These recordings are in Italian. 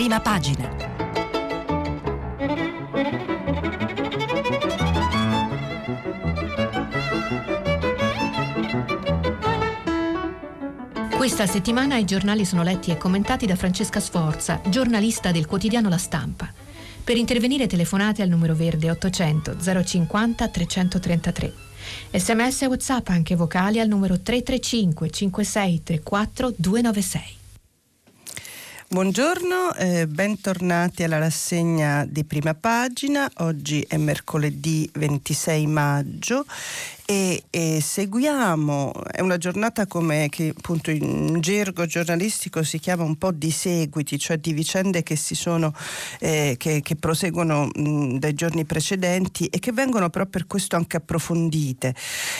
Prima pagina. Questa settimana i giornali sono letti e commentati da Francesca Sforza, giornalista del quotidiano La Stampa. Per intervenire telefonate al numero verde 800 050 333. SMS e WhatsApp anche vocali al numero 335 5634 296. Buongiorno, bentornati alla rassegna di Prima Pagina. Oggi è mercoledì 26 maggio e seguiamo, è una giornata come che appunto in gergo giornalistico si chiama un po' di seguiti, cioè di vicende che si sono che proseguono dai giorni precedenti e che vengono però per questo anche approfondite.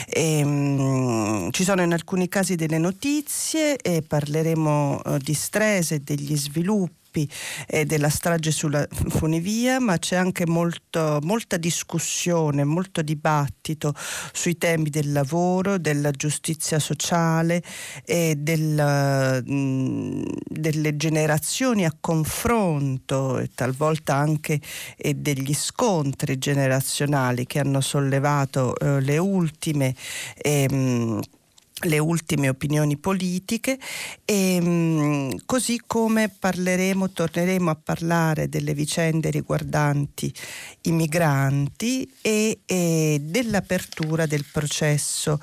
Ci sono in alcuni casi delle notizie e parleremo di Stresa e degli sviluppi della strage sulla funivia, ma c'è anche molta discussione, molto dibattito sui temi del lavoro, della giustizia sociale e delle generazioni a confronto e talvolta anche degli scontri generazionali che hanno sollevato le ultime opinioni politiche così come torneremo a parlare delle vicende riguardanti i migranti e dell'apertura del processo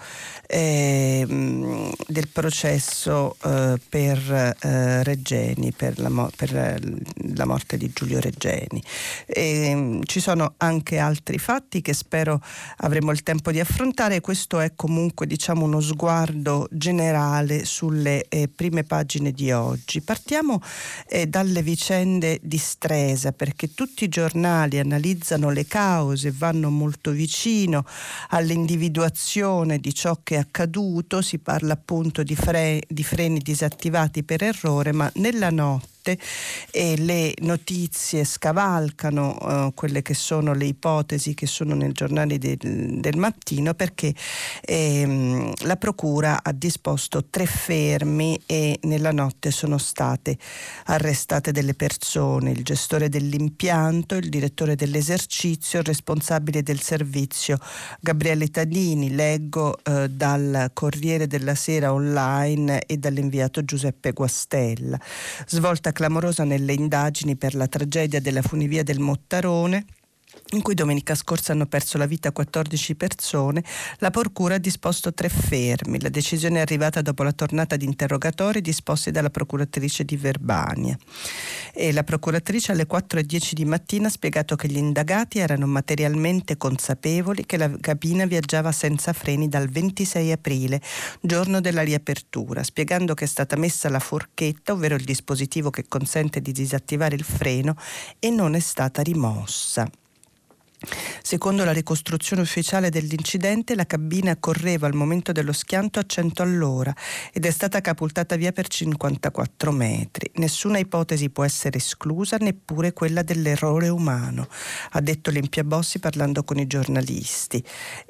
per Regeni, per la morte di Giulio Regeni. Ci sono anche altri fatti che spero avremo il tempo di affrontare. Questo è comunque uno sguardo generale sulle prime pagine di oggi. Partiamo dalle vicende di Stresa, perché tutti i giornali analizzano le cause, vanno molto vicino all'individuazione di ciò che è accaduto. Si parla appunto di freni disattivati per errore, ma nella notte le notizie scavalcano quelle che sono le ipotesi che sono nei giornali del mattino, perché la procura ha disposto 3 fermi e nella notte sono state arrestate delle persone: il gestore dell'impianto, il direttore dell'esercizio, il responsabile del servizio Gabriele Tadini, leggo dal Corriere della Sera online e dall'inviato Giuseppe Guastella. Svolta clamorosa nelle indagini per la tragedia della funivia del Mottarone, in cui domenica scorsa hanno perso la vita 14 persone, la procura ha disposto 3 fermi. La decisione è arrivata dopo la tornata di interrogatori disposti dalla procuratrice di Verbania. E la procuratrice alle 4:10 di mattina ha spiegato che gli indagati erano materialmente consapevoli che la cabina viaggiava senza freni dal 26 aprile, giorno della riapertura, spiegando che è stata messa la forchetta, ovvero il dispositivo che consente di disattivare il freno, e non è stata rimossa. Secondo la ricostruzione ufficiale dell'incidente, la cabina correva al momento dello schianto a 100 all'ora ed è stata catapultata via per 54 metri. Nessuna ipotesi può essere esclusa, neppure quella dell'errore umano, ha detto Olimpia Bossi parlando con i giornalisti.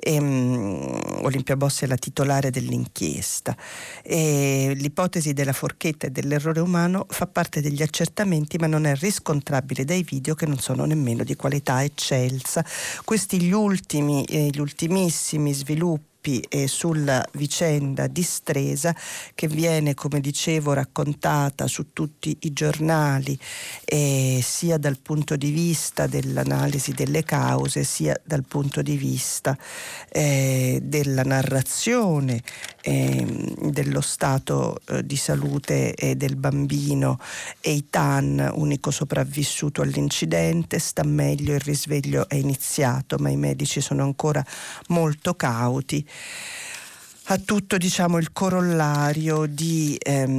Olimpia Bossi è la titolare dell'inchiesta. L'ipotesi della forchetta e dell'errore umano fa parte degli accertamenti, ma non è riscontrabile dai video, che non sono nemmeno di qualità eccelsa. Questi gli ultimissimi sviluppi sulla vicenda di Stresa, che viene, come dicevo, raccontata su tutti i giornali, sia dal punto di vista dell'analisi delle cause, sia dal punto di vista della narrazione dello stato di salute del bambino Eitan, unico sopravvissuto all'incidente. Sta meglio, il risveglio è iniziato, ma i medici sono ancora molto cauti. A tutto il corollario di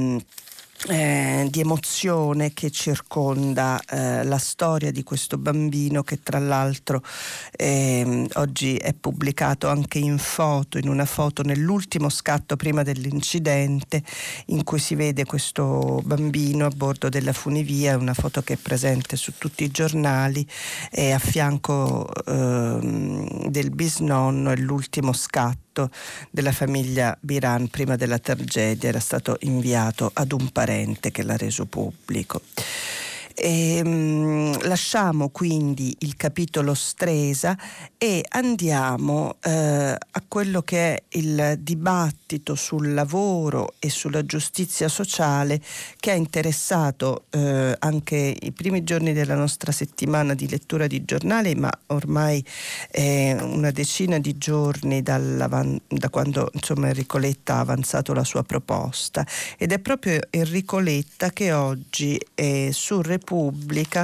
emozione che circonda la storia di questo bambino, che tra l'altro oggi è pubblicato anche in una foto nell'ultimo scatto prima dell'incidente, in cui si vede questo bambino a bordo della funivia. È una foto che è presente su tutti i giornali, e a fianco del bisnonno è l'ultimo scatto della famiglia Biran prima della tragedia, era stato inviato ad un parente che l'ha reso pubblico. Lasciamo quindi il capitolo Stresa e andiamo a quello che è il dibattito sul lavoro e sulla giustizia sociale che ha interessato anche i primi giorni della nostra settimana di lettura di giornali, ma ormai una decina di giorni da quando Enrico Letta ha avanzato la sua proposta, ed è proprio Enrico Letta che oggi su Repubblica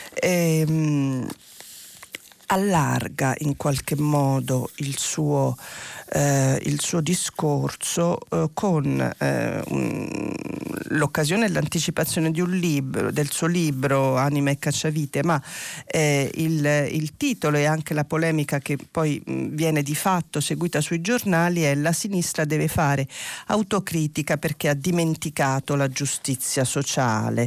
allarga in qualche modo il suo discorso con l'occasione e l'anticipazione di un libro, del suo libro Anima e Cacciavite, ma il titolo e anche la polemica che poi viene di fatto seguita sui giornali è: la sinistra deve fare autocritica perché ha dimenticato la giustizia sociale.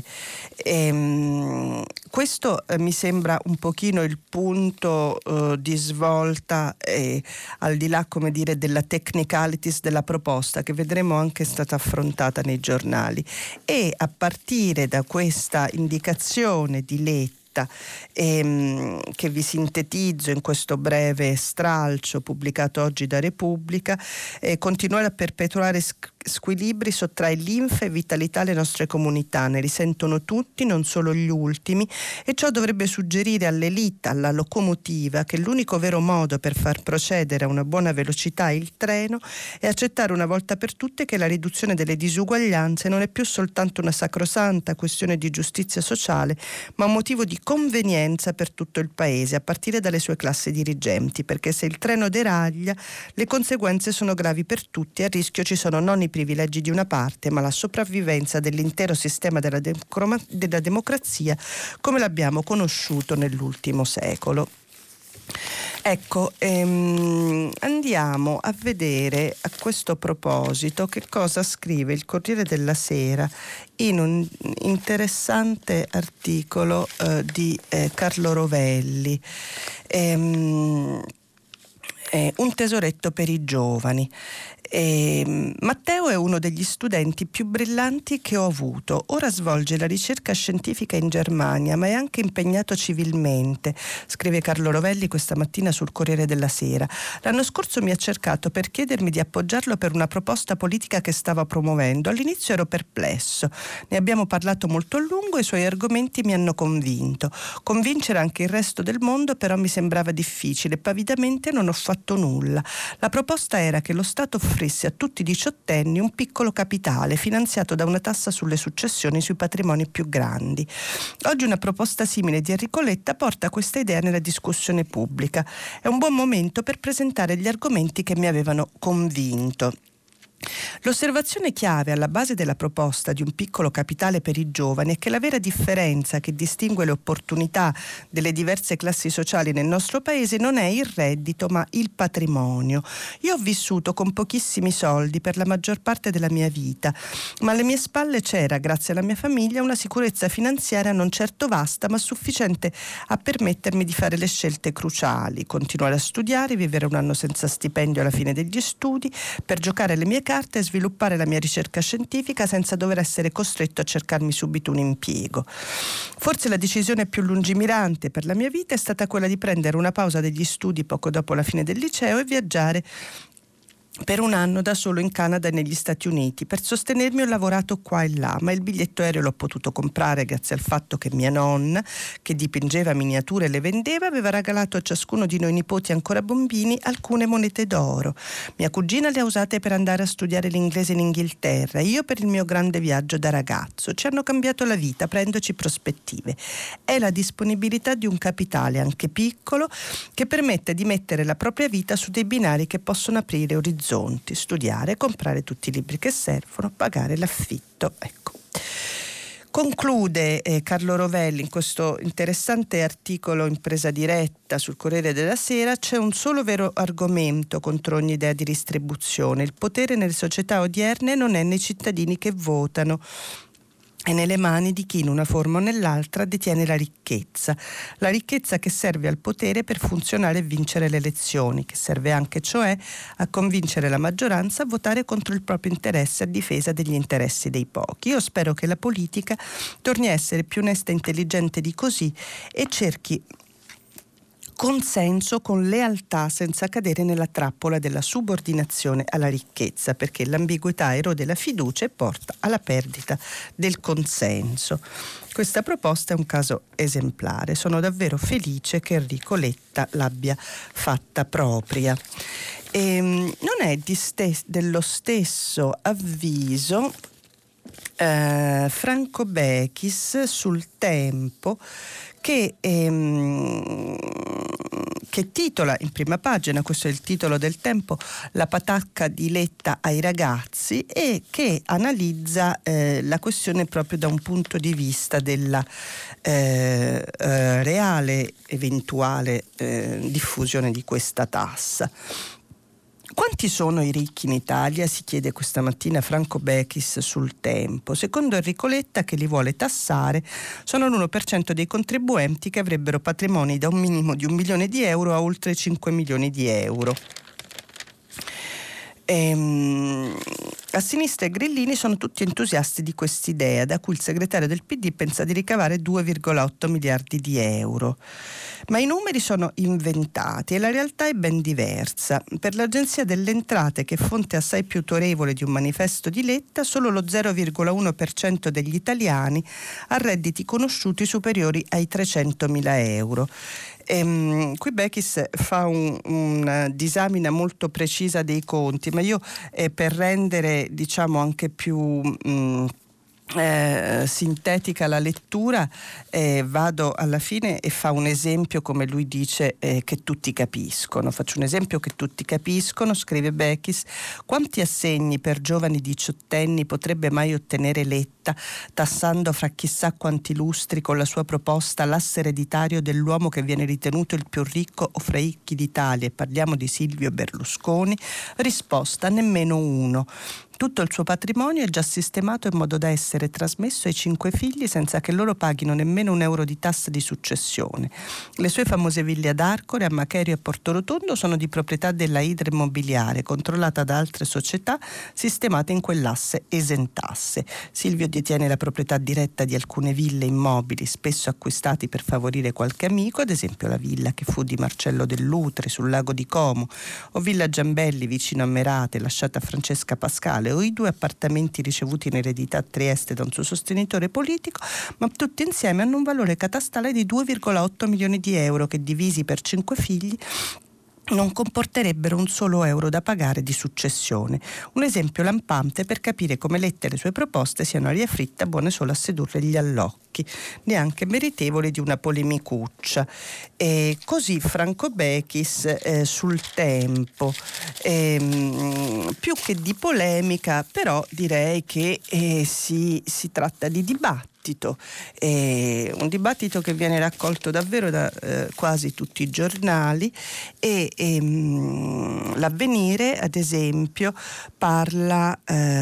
Questo mi sembra un pochino il punto di svolta, al di là, come dire, della technicalities della proposta, che vedremo anche è stata affrontata nei giornali, e a partire da questa indicazione di Letta che vi sintetizzo in questo breve stralcio pubblicato oggi da Repubblica: continuare a perpetuare squilibri sottrae linfa e vitalità alle nostre comunità, ne risentono tutti, non solo gli ultimi, e ciò dovrebbe suggerire all'elite, alla locomotiva, che l'unico vero modo per far procedere a una buona velocità il treno è accettare una volta per tutte che la riduzione delle disuguaglianze non è più soltanto una sacrosanta questione di giustizia sociale, ma un motivo di convenienza per tutto il paese, a partire dalle sue classi dirigenti, perché se il treno deraglia le conseguenze sono gravi per tutti, a rischio ci sono non i privilegi di una parte, ma la sopravvivenza dell'intero sistema della democrazia come l'abbiamo conosciuto nell'ultimo secolo. Ecco, andiamo a vedere a questo proposito che cosa scrive il Corriere della Sera in un interessante articolo di Carlo Rovelli, un tesoretto per i giovani. Matteo è uno degli studenti più brillanti che ho avuto. Ora svolge la ricerca scientifica in Germania, ma è anche impegnato civilmente, scrive Carlo Rovelli questa mattina sul Corriere della Sera. L'anno scorso mi ha cercato per chiedermi di appoggiarlo per una proposta politica che stava promuovendo. All'inizio ero perplesso, ne abbiamo parlato molto a lungo e i suoi argomenti mi hanno convinto. Convincere anche il resto del mondo però mi sembrava difficile, pavidamente non ho fatto nulla. La proposta era che lo Stato offrisse a tutti i diciottenni un piccolo capitale finanziato da una tassa sulle successioni sui patrimoni più grandi. Oggi una proposta simile di Enrico Letta porta questa idea nella discussione pubblica. È un buon momento per presentare gli argomenti che mi avevano convinto. L'osservazione chiave alla base della proposta di un piccolo capitale per i giovani è che la vera differenza che distingue le opportunità delle diverse classi sociali nel nostro paese non è il reddito ma il patrimonio. Io ho vissuto con pochissimi soldi per la maggior parte della mia vita, ma alle mie spalle c'era, grazie alla mia famiglia, una sicurezza finanziaria non certo vasta ma sufficiente a permettermi di fare le scelte cruciali: continuare a studiare, vivere un anno senza stipendio alla fine degli studi, per giocare le mie carte e sviluppare la mia ricerca scientifica senza dover essere costretto a cercarmi subito un impiego. Forse la decisione più lungimirante per la mia vita è stata quella di prendere una pausa degli studi poco dopo la fine del liceo e viaggiare per un anno da solo in Canada e negli Stati Uniti. Per sostenermi ho lavorato qua e là, ma il biglietto aereo l'ho potuto comprare grazie al fatto che mia nonna, che dipingeva miniature e le vendeva, aveva regalato a ciascuno di noi nipoti ancora bambini alcune monete d'oro. Mia cugina le ha usate per andare a studiare l'inglese in Inghilterra, io per il mio grande viaggio da ragazzo. Ci hanno cambiato la vita, aprendoci prospettive. È la disponibilità di un capitale, anche piccolo, che permette di mettere la propria vita su dei binari che possono aprire orizzonti, studiare, comprare tutti i libri che servono, pagare l'affitto. Ecco. Conclude Carlo Rovelli in questo interessante articolo in presa diretta sul Corriere della Sera: c'è un solo vero argomento contro ogni idea di distribuzione. Il potere nelle società odierne non è nei cittadini che votano. è nelle mani di chi in una forma o nell'altra detiene la ricchezza che serve al potere per funzionare e vincere le elezioni, che serve anche cioè a convincere la maggioranza a votare contro il proprio interesse a difesa degli interessi dei pochi. Io spero che la politica torni a essere più onesta e intelligente di così e cerchi consenso con lealtà senza cadere nella trappola della subordinazione alla ricchezza, perché l'ambiguità erode la fiducia e porta alla perdita del consenso. Questa proposta è un caso esemplare. Sono davvero felice che Enrico Letta l'abbia fatta propria. Non è dello stesso avviso Franco Bechis sul Tempo, che titola in prima pagina, questo è il titolo del Tempo, la patacca di Letta ai ragazzi, e che analizza la questione proprio da un punto di vista della reale eventuale diffusione di questa tassa. Quanti sono i ricchi in Italia? Si chiede questa mattina Franco Bechis sul Tempo. Secondo Enrico Letta, che li vuole tassare, sono l'1% dei contribuenti che avrebbero patrimoni da un minimo di 1 milione di euro a oltre 5 milioni di euro. A sinistra i grillini sono tutti entusiasti di quest'idea, da cui il segretario del PD pensa di ricavare 2,8 miliardi di euro. Ma i numeri sono inventati e la realtà è ben diversa. Per l'Agenzia delle Entrate, che è fonte assai più autorevole di un manifesto di Letta, solo lo 0,1% degli italiani ha redditi conosciuti superiori ai 300.000 euro. Qui Bechis fa una disamina molto precisa dei conti, ma io per rendere diciamo anche più sintetica la lettura, vado alla fine e fa un esempio, come lui dice, che tutti capiscono. Faccio un esempio che tutti capiscono, scrive Bechis: quanti assegni per giovani diciottenni potrebbe mai ottenere Letta, tassando fra chissà quanti lustri con la sua proposta l'asse ereditario dell'uomo che viene ritenuto il più ricco o fra i ricchi d'Italia, e parliamo di Silvio Berlusconi? Risposta: nemmeno uno. Tutto il suo patrimonio è già sistemato in modo da essere trasmesso ai 5 figli senza che loro paghino nemmeno €1 di tassa di successione. Le sue famose ville ad Arcore, a Macherio e Portorotondo sono di proprietà della Idra Immobiliare, controllata da altre società sistemate in quell'asse esentasse. Silvio detiene la proprietà diretta di alcune ville immobili, spesso acquistati per favorire qualche amico, ad esempio la villa che fu di Marcello Dell'Utri sul lago di Como, o Villa Giambelli vicino a Merate, lasciata a Francesca Pascale, o i 2 appartamenti ricevuti in eredità a Trieste da un suo sostenitore politico, ma tutti insieme hanno un valore catastale di 2,8 milioni di euro che, divisi per 5 figli, non comporterebbero un solo euro da pagare di successione. Un esempio lampante per capire come Letta e le sue proposte siano aria fritta buone solo a sedurre gli allocchi, neanche meritevoli di una polemicuccia. E così Franco Bechis sul Tempo. Più che di polemica, però direi che si tratta di dibattito. Un dibattito che viene raccolto davvero da quasi tutti i giornali, e l'Avvenire ad esempio parla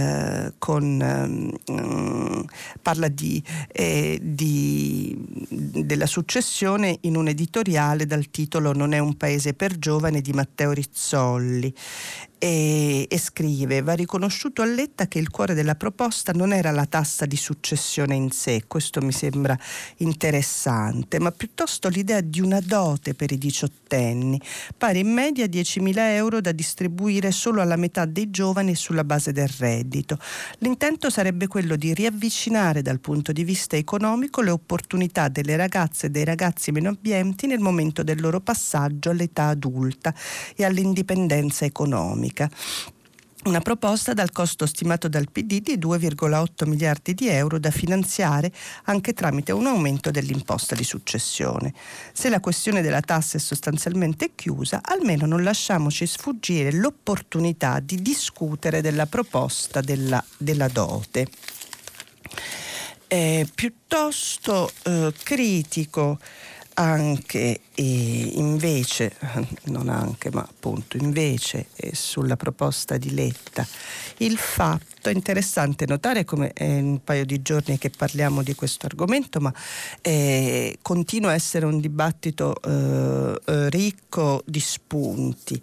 della successione in un editoriale dal titolo "Non è un paese per giovani" di Matteo Rizzolli. E scrive: va riconosciuto a Letta che il cuore della proposta non era la tassa di successione in sé, questo mi sembra interessante, ma piuttosto l'idea di una dote per i diciottenni, pari in media 10.000 euro da distribuire solo alla metà dei giovani sulla base del reddito. L'intento sarebbe quello di riavvicinare dal punto di vista economico le opportunità delle ragazze e dei ragazzi meno abbienti nel momento del loro passaggio all'età adulta e all'indipendenza economica. Una proposta dal costo stimato dal PD di 2,8 miliardi di euro da finanziare anche tramite un aumento dell'imposta di successione. Se la questione della tassa è sostanzialmente chiusa, almeno non lasciamoci sfuggire l'opportunità di discutere della proposta della dote. Piuttosto critico anche invece, non anche, ma appunto invece sulla proposta di Letta, il fatto, è interessante notare come è un paio di giorni che parliamo di questo argomento, ma continua a essere un dibattito ricco di spunti.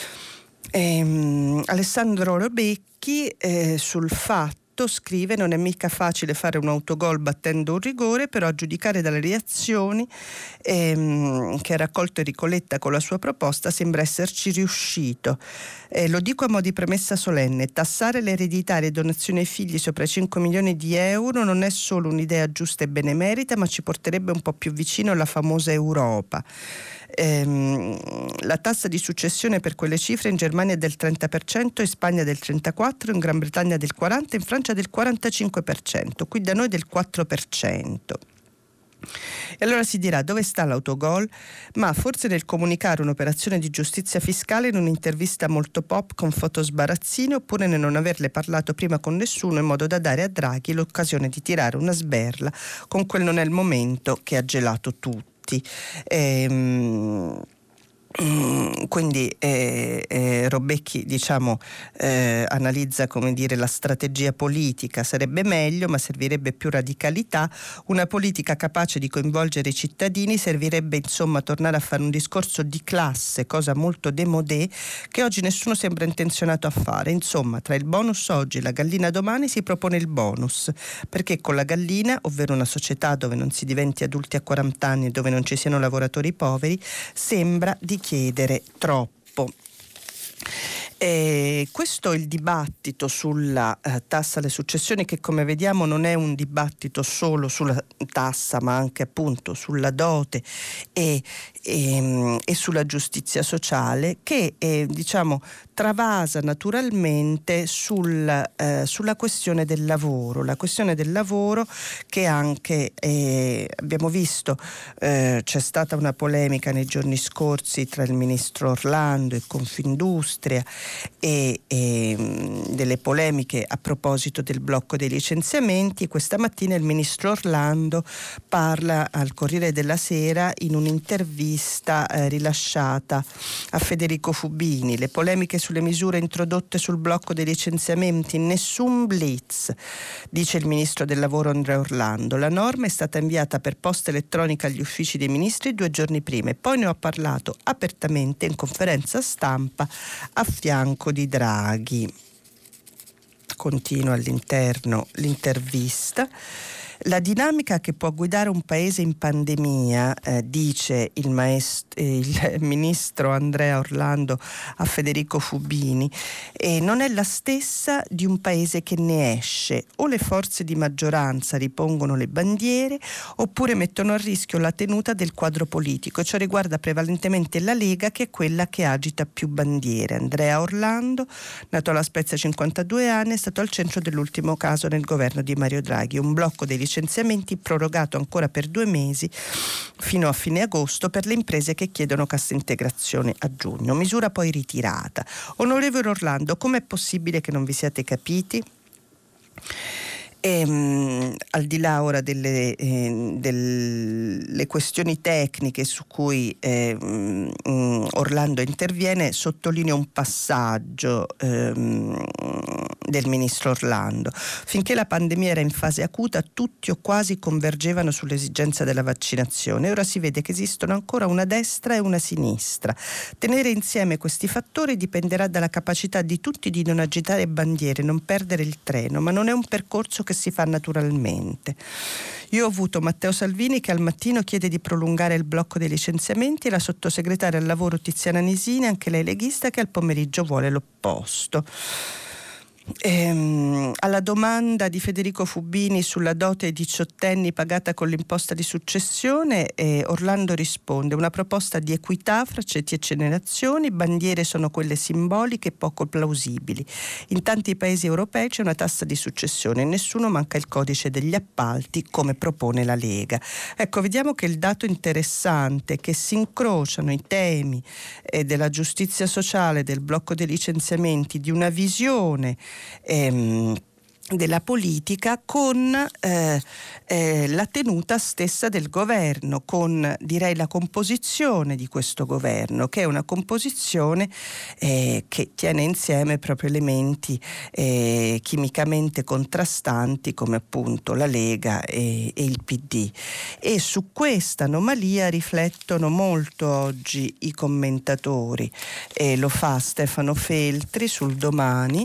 Alessandro Robecchi sul Fatto scrive: non è mica facile fare un autogol battendo un rigore, però a giudicare dalle reazioni che ha raccolto Enrico Letta con la sua proposta sembra esserci riuscito. Lo dico a mo' di premessa solenne: tassare l'eredità e le donazioni ai figli sopra i 5 milioni di euro non è solo un'idea giusta e benemerita, ma ci porterebbe un po' più vicino alla famosa Europa. La tassa di successione per quelle cifre in Germania è del 30%, in Spagna del 34%, in Gran Bretagna del 40%, in Francia del 45%, qui da noi del 4%. E allora si dirà: dove sta l'autogol? Ma forse nel comunicare un'operazione di giustizia fiscale in un'intervista molto pop con foto sbarazzine, oppure nel non averle parlato prima con nessuno in modo da dare a Draghi l'occasione di tirare una sberla con quel non è il momento che ha gelato tutti. Quindi Robecchi analizza, come dire, la strategia politica. Sarebbe meglio, ma servirebbe più radicalità, una politica capace di coinvolgere i cittadini. Servirebbe insomma tornare a fare un discorso di classe, cosa molto démodé che oggi nessuno sembra intenzionato a fare. Insomma, tra il bonus oggi e la gallina domani si propone il bonus, perché con la gallina, ovvero una società dove non si diventi adulti a 40 anni e dove non ci siano lavoratori poveri, sembra di chiedere troppo. Questo è il dibattito sulla tassa alle successioni, che come vediamo non è un dibattito solo sulla tassa, ma anche appunto sulla dote e sulla giustizia sociale, che travasa naturalmente sulla questione del lavoro. La questione del lavoro che anche abbiamo visto, c'è stata una polemica nei giorni scorsi tra il ministro Orlando e Confindustria, e delle polemiche a proposito del blocco dei licenziamenti. Questa mattina il ministro Orlando parla al Corriere della Sera in un'intervista rilasciata a Federico Fubini. Le polemiche sulle misure introdotte sul blocco dei licenziamenti, nessun blitz, dice il ministro del lavoro Andrea Orlando. La norma è stata inviata per posta elettronica agli uffici dei ministri 2 giorni prima, e poi ne ho parlato apertamente in conferenza stampa a fianco di Draghi. Continua all'interno l'intervista. La dinamica che può guidare un paese in pandemia, dice il ministro Andrea Orlando a Federico Fubini, non è la stessa di un paese che ne esce. O le forze di maggioranza ripongono le bandiere, oppure mettono a rischio la tenuta del quadro politico, e ciò riguarda prevalentemente la Lega, che è quella che agita più bandiere. Andrea Orlando, nato alla Spezia, 52 anni, è stato al centro dell'ultimo caso nel governo di Mario Draghi, un blocco dei licenziamenti prorogato ancora per 2 mesi fino a fine agosto per le imprese che chiedono cassa integrazione a giugno, misura poi ritirata. Onorevole Orlando, com'è possibile che non vi siate capiti? Al di là ora delle questioni tecniche su cui Orlando interviene, sottolineo un passaggio del ministro Orlando. Finché la pandemia era in fase acuta, tutti o quasi convergevano sull'esigenza della vaccinazione. Ora si vede che esistono ancora una destra e una sinistra. Tenere insieme questi fattori dipenderà dalla capacità di tutti di non agitare bandiere, non perdere il treno, ma non è un percorso che si fa naturalmente. Io ho avuto Matteo Salvini che al mattino chiede di prolungare il blocco dei licenziamenti, e la sottosegretaria al lavoro Tiziana Nisini, anche lei leghista, che al pomeriggio vuole l'opposto. Alla domanda di Federico Fubini sulla dote ai diciottenni pagata con l'imposta di successione, Orlando risponde: una proposta di equità fra ceti e generazioni, bandiere sono quelle simboliche e poco plausibili. In tanti paesi europei c'è una tassa di successione e nessuno manca il codice degli appalti come propone la Lega. Ecco, vediamo che il dato interessante è che si incrociano i temi della giustizia sociale, del blocco dei licenziamenti, di una visione della politica con la tenuta stessa del governo, con direi la composizione di questo governo, che è una composizione che tiene insieme proprio elementi chimicamente contrastanti come appunto la Lega e il PD, e su questa anomalia riflettono molto oggi i commentatori, lo fa Stefano Feltri sul Domani,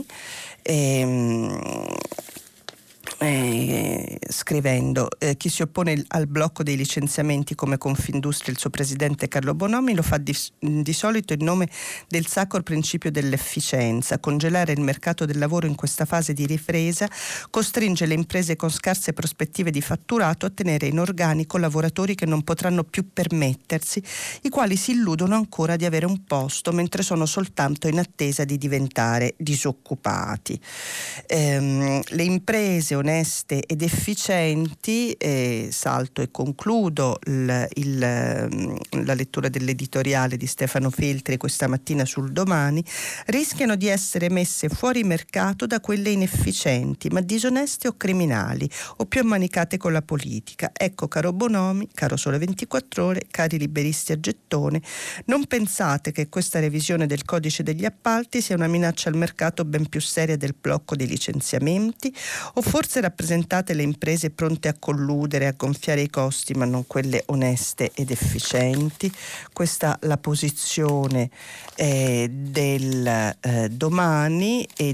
scrivendo chi si oppone al blocco dei licenziamenti come Confindustria, il suo presidente Carlo Bonomi, lo fa di solito in nome del sacro principio dell'efficienza. Congelare il mercato del lavoro in questa fase di ripresa costringe le imprese con scarse prospettive di fatturato a tenere in organico lavoratori che non potranno più permettersi, i quali si illudono ancora di avere un posto mentre sono soltanto in attesa di diventare disoccupati. Le imprese oneste ed efficienti, salto e concludo la lettura dell'editoriale di Stefano Feltri questa mattina sul Domani, rischiano di essere messe fuori mercato da quelle inefficienti ma disoneste o criminali o più ammanicate con la politica. Ecco, caro Bonomi, caro Sole 24 Ore, cari liberisti a gettone, non pensate che questa revisione del codice degli appalti sia una minaccia al mercato ben più seria del blocco dei licenziamenti, o forse rappresentate le imprese pronte a colludere, a gonfiare i costi, ma non quelle oneste ed efficienti? Questa la posizione del Domani e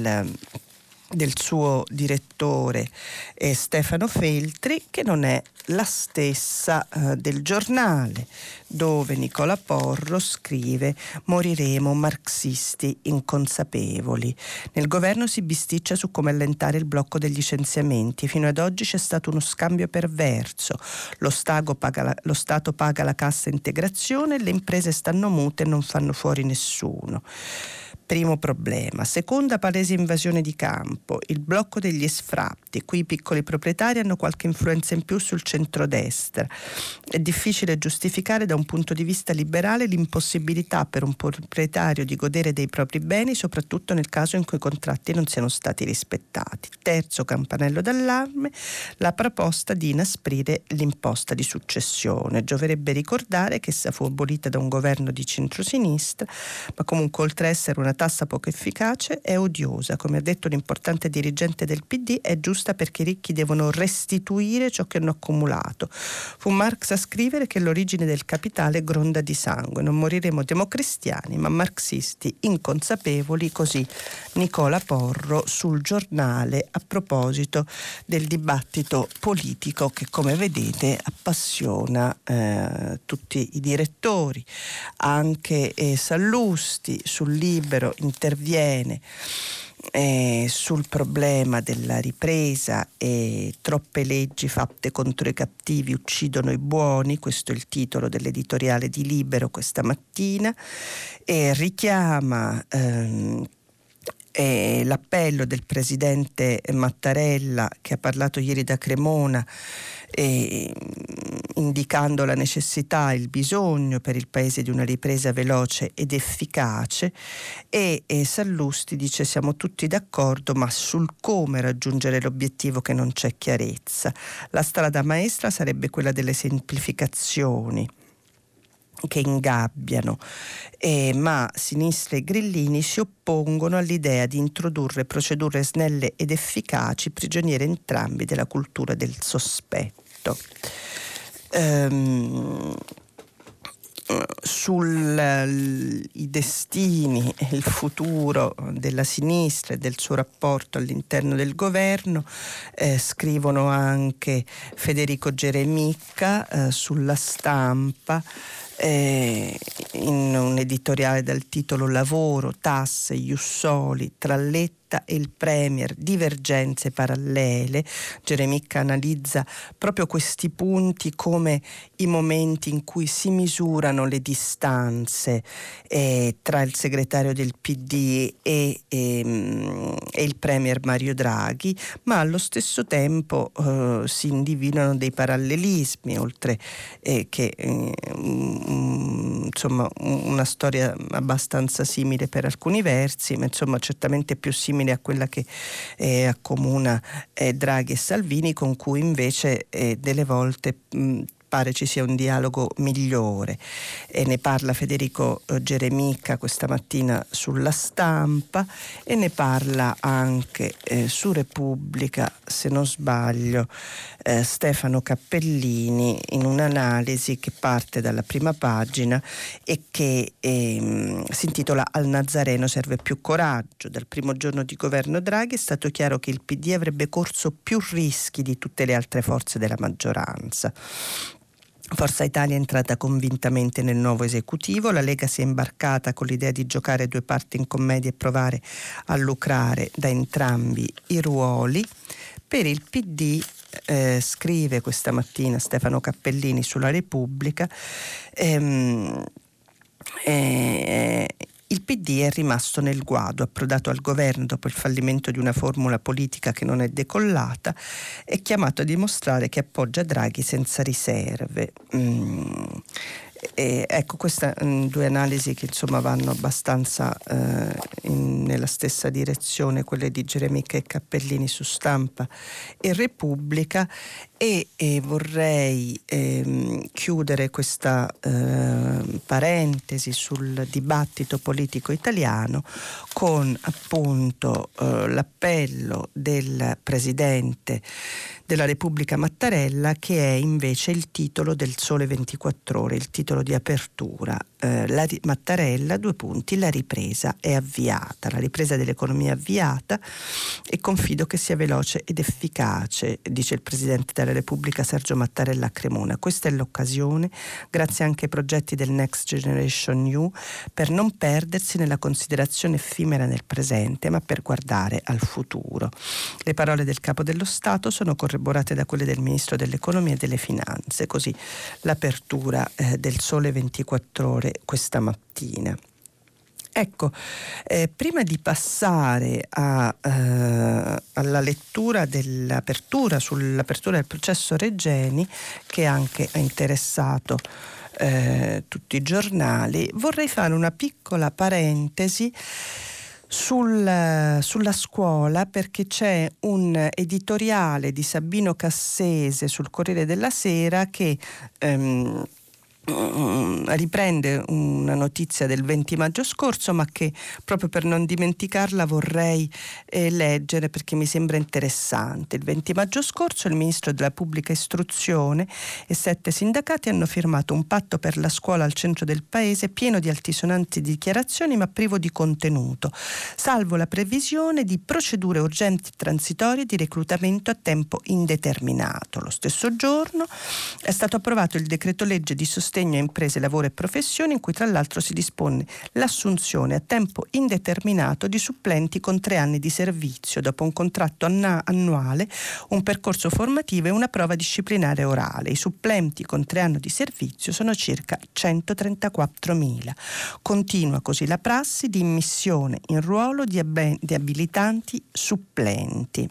del suo direttore Stefano Feltri, che non è la stessa del Giornale, dove Nicola Porro scrive: moriremo marxisti inconsapevoli. Nel governo si bisticcia su come allentare il blocco degli licenziamenti. Fino ad oggi c'è stato uno scambio perverso. Lo Stato paga la cassa integrazione, le imprese stanno mute e non fanno fuori nessuno. Primo problema. Seconda palese invasione di campo, il blocco degli sfratti. Qui i piccoli proprietari hanno qualche influenza in più sul centrodestra. È difficile giustificare da un punto di vista liberale l'impossibilità per un proprietario di godere dei propri beni, soprattutto nel caso in cui i contratti non siano stati rispettati. Terzo campanello d'allarme, la proposta di inasprire l'imposta di successione. Gioverebbe ricordare che essa fu abolita da un governo di centrosinistra, ma comunque, oltre a essere una tassa poco efficace, è odiosa. Come ha detto l'importante dirigente del PD, è giusta perché i ricchi devono restituire ciò che hanno accumulato. Fu Marx a scrivere che l'origine del capitale gronda di sangue. Non moriremo democristiani, ma marxisti inconsapevoli. Così Nicola Porro sul Giornale, a proposito del dibattito politico che, come vedete, appassiona tutti i direttori. Anche Sallusti sul Libero interviene sul problema della ripresa e troppe leggi fatte contro i cattivi uccidono i buoni. Questo è il titolo dell'editoriale di Libero questa mattina, e richiama l'appello del presidente Mattarella, che ha parlato ieri da Cremona, indicando la necessità, il bisogno per il Paese di una ripresa veloce ed efficace, e Sallusti dice: siamo tutti d'accordo, ma sul come raggiungere l'obiettivo che non c'è chiarezza. La strada maestra sarebbe quella delle semplificazioni che ingabbiano, ma Sinistra e Grillini si oppongono all'idea di introdurre procedure snelle ed efficaci, prigioniere entrambi della cultura del sospetto. Sui destini e il futuro della sinistra e del suo rapporto all'interno del governo scrivono anche Federico Geremicca sulla Stampa, in un editoriale dal titolo Lavoro, tasse, ius soli, tra Letta e il Premier, divergenze parallele. Geremicca analizza proprio questi punti come i momenti in cui si misurano le distanze tra il segretario del PD e il Premier Mario Draghi, ma allo stesso tempo si individuano dei parallelismi, oltre che insomma una storia abbastanza simile per alcuni versi, ma insomma certamente più simile simile a quella che accomuna Draghi e Salvini, con cui invece delle volte pare ci sia un dialogo migliore, e ne parla Federico Geremica questa mattina sulla Stampa, e ne parla anche su Repubblica, se non sbaglio, Stefano Cappellini, in un'analisi che parte dalla prima pagina e che si intitola "Al Nazareno serve più coraggio. Dal primo giorno di governo Draghi è stato chiaro che il PD avrebbe corso più rischi di tutte le altre forze della maggioranza. Forza Italia è entrata convintamente nel nuovo esecutivo, la Lega si è imbarcata con l'idea di giocare due parti in commedia e provare a lucrare da entrambi i ruoli. Per il PD, scrive questa mattina Stefano Cappellini sulla Repubblica, il PD è rimasto nel guado, approdato al governo dopo il fallimento di una formula politica che non è decollata, è chiamato a dimostrare che appoggia Draghi senza riserve. Ecco, queste due analisi che insomma vanno abbastanza nella stessa direzione, quelle di Geremica e Cappellini su Stampa e Repubblica, e vorrei chiudere questa parentesi sul dibattito politico italiano con appunto l'appello del Presidente della Repubblica Mattarella, che è invece il titolo del Sole 24 Ore, il titolo di apertura. Mattarella, la ripresa è avviata, la ripresa dell'economia è avviata e confido che sia veloce ed efficace, dice il Presidente della Repubblica Sergio Mattarella a Cremona. Questa è l'occasione, grazie anche ai progetti del Next Generation EU, per non perdersi nella considerazione effimera nel presente, ma per guardare al futuro. Le parole del Capo dello Stato sono corroborate da quelle del Ministro dell'Economia e delle Finanze, così l'apertura del Sole 24 Ore questa mattina. Ecco, prima di passare alla lettura sull'apertura del processo Regeni, che anche ha interessato tutti i giornali, vorrei fare una piccola parentesi sulla scuola, perché c'è un editoriale di Sabino Cassese sul Corriere della Sera che riprende una notizia del 20 maggio scorso, ma che proprio per non dimenticarla vorrei leggere, perché mi sembra interessante. Il 20 maggio scorso il Ministro della Pubblica Istruzione e 7 sindacati hanno firmato un patto per la scuola al centro del paese, pieno di altisonanti dichiarazioni ma privo di contenuto, salvo la previsione di procedure urgenti transitorie di reclutamento a tempo indeterminato. Lo stesso giorno è stato approvato il decreto legge di sostegno a imprese, lavoro e professioni, in cui tra l'altro si dispone l'assunzione a tempo indeterminato di supplenti con 3 anni di servizio, dopo un contratto annuale, un percorso formativo e una prova disciplinare orale. I supplenti con 3 anni di servizio sono circa 134.000. Continua così la prassi di immissione in ruolo di abilitanti supplenti.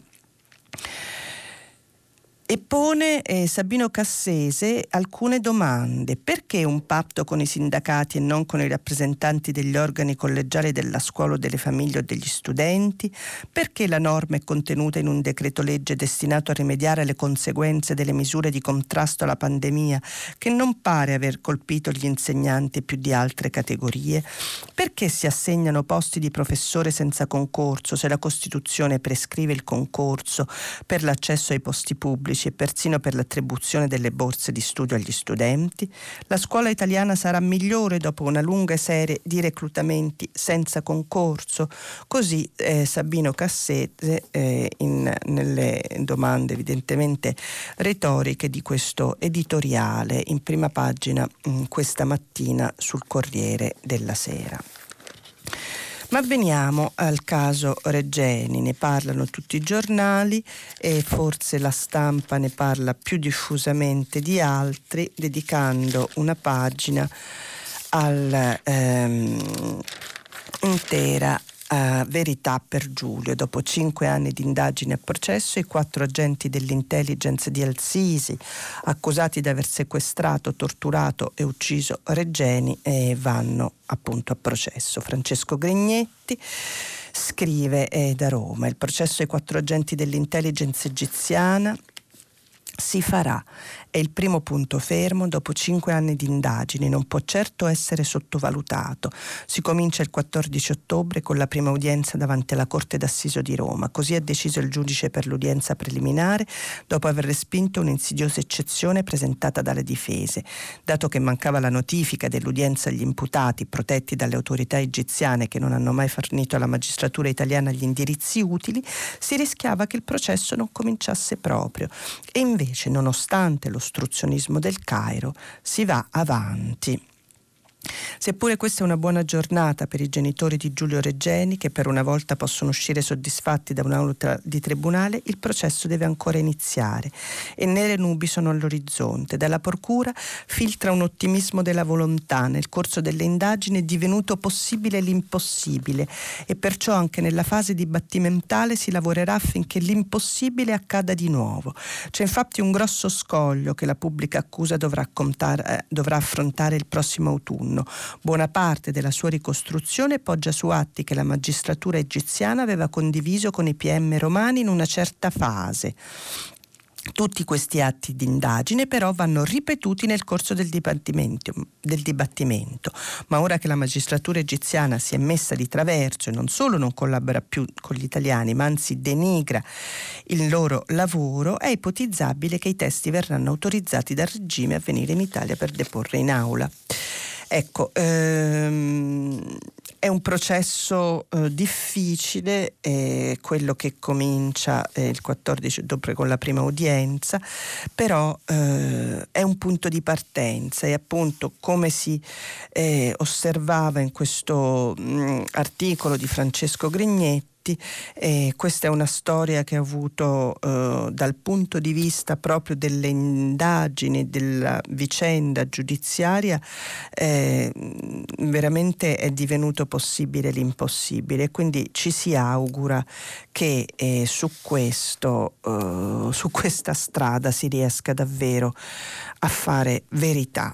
E pone Sabino Cassese alcune domande. Perché un patto con i sindacati e non con i rappresentanti degli organi collegiali della scuola o delle famiglie o degli studenti? Perché la norma è contenuta in un decreto legge destinato a rimediare alle conseguenze delle misure di contrasto alla pandemia, che non pare aver colpito gli insegnanti più di altre categorie? Perché si assegnano posti di professore senza concorso, se la Costituzione prescrive il concorso per l'accesso ai posti pubblici e persino per l'attribuzione delle borse di studio agli studenti? La scuola italiana sarà migliore dopo una lunga serie di reclutamenti senza concorso? Così Sabino Cassese nelle domande evidentemente retoriche di questo editoriale in prima pagina questa mattina sul Corriere della Sera. Ma veniamo al caso Regeni, ne parlano tutti i giornali e forse La Stampa ne parla più diffusamente di altri, dedicando una pagina intera verità per Giulio. Dopo 5 anni di indagini a processo, i 4 agenti dell'intelligence di Al-Sisi, accusati di aver sequestrato, torturato e ucciso Regeni, vanno appunto a processo. Francesco Grignetti Scrive da Roma: il processo ai 4 agenti dell'intelligence egiziana si farà. È il primo punto fermo dopo 5 anni di indagini, non può certo essere sottovalutato. Si comincia il 14 ottobre con la prima udienza davanti alla Corte d'Assiso di Roma. Così ha deciso il giudice per l'udienza preliminare, dopo aver respinto un'insidiosa eccezione presentata dalle difese. Dato che mancava la notifica dell'udienza agli imputati protetti dalle autorità egiziane, che non hanno mai fornito alla magistratura italiana gli indirizzi utili, si rischiava che il processo non cominciasse proprio. E invece, nonostante l'ostruzionismo del Cairo, si va avanti. Seppure questa è una buona giornata per i genitori di Giulio Regeni, che per una volta possono uscire soddisfatti da un'aula di tribunale, il processo deve ancora iniziare e nere nubi sono all'orizzonte. Dalla procura filtra un ottimismo della volontà. Nel corso delle indagini è divenuto possibile l'impossibile e perciò anche nella fase dibattimentale si lavorerà affinché l'impossibile accada di nuovo. C'è infatti un grosso scoglio che la pubblica accusa dovrà affrontare il prossimo autunno. Buona parte della sua ricostruzione poggia su atti che la magistratura egiziana aveva condiviso con i PM romani in una certa fase. Tutti questi atti di indagine però vanno ripetuti nel corso del dibattimento, ma ora che la magistratura egiziana si è messa di traverso e non solo non collabora più con gli italiani, ma anzi denigra il loro lavoro, è ipotizzabile che i testi verranno autorizzati dal regime a venire in Italia per deporre in aula. Ecco, è un processo difficile, quello che comincia il 14 ottobre con la prima udienza, però è un punto di partenza e appunto, come si osservava in questo articolo di Francesco Grignetti, questa è una storia che ha avuto dal punto di vista proprio delle indagini, della vicenda giudiziaria, veramente è divenuto possibile l'impossibile, quindi ci si augura che su questa strada si riesca davvero a fare verità.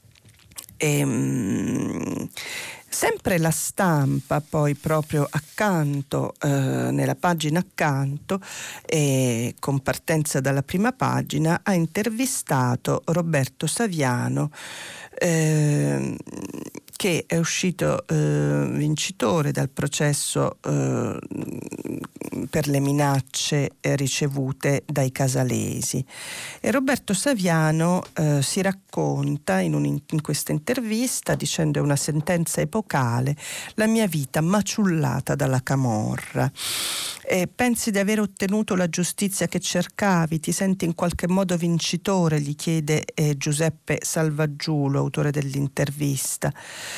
Sempre La Stampa, poi proprio accanto, nella pagina accanto, con partenza dalla prima pagina, ha intervistato Roberto Saviano, che è uscito vincitore dal processo per le minacce ricevute dai casalesi. E Roberto Saviano si racconta in questa intervista dicendo: è una sentenza epocale, la mia vita maciullata dalla camorra. Pensi di aver ottenuto la giustizia che cercavi? Ti senti in qualche modo vincitore? Gli chiede Giuseppe Salvaggiulo, autore dell'intervista.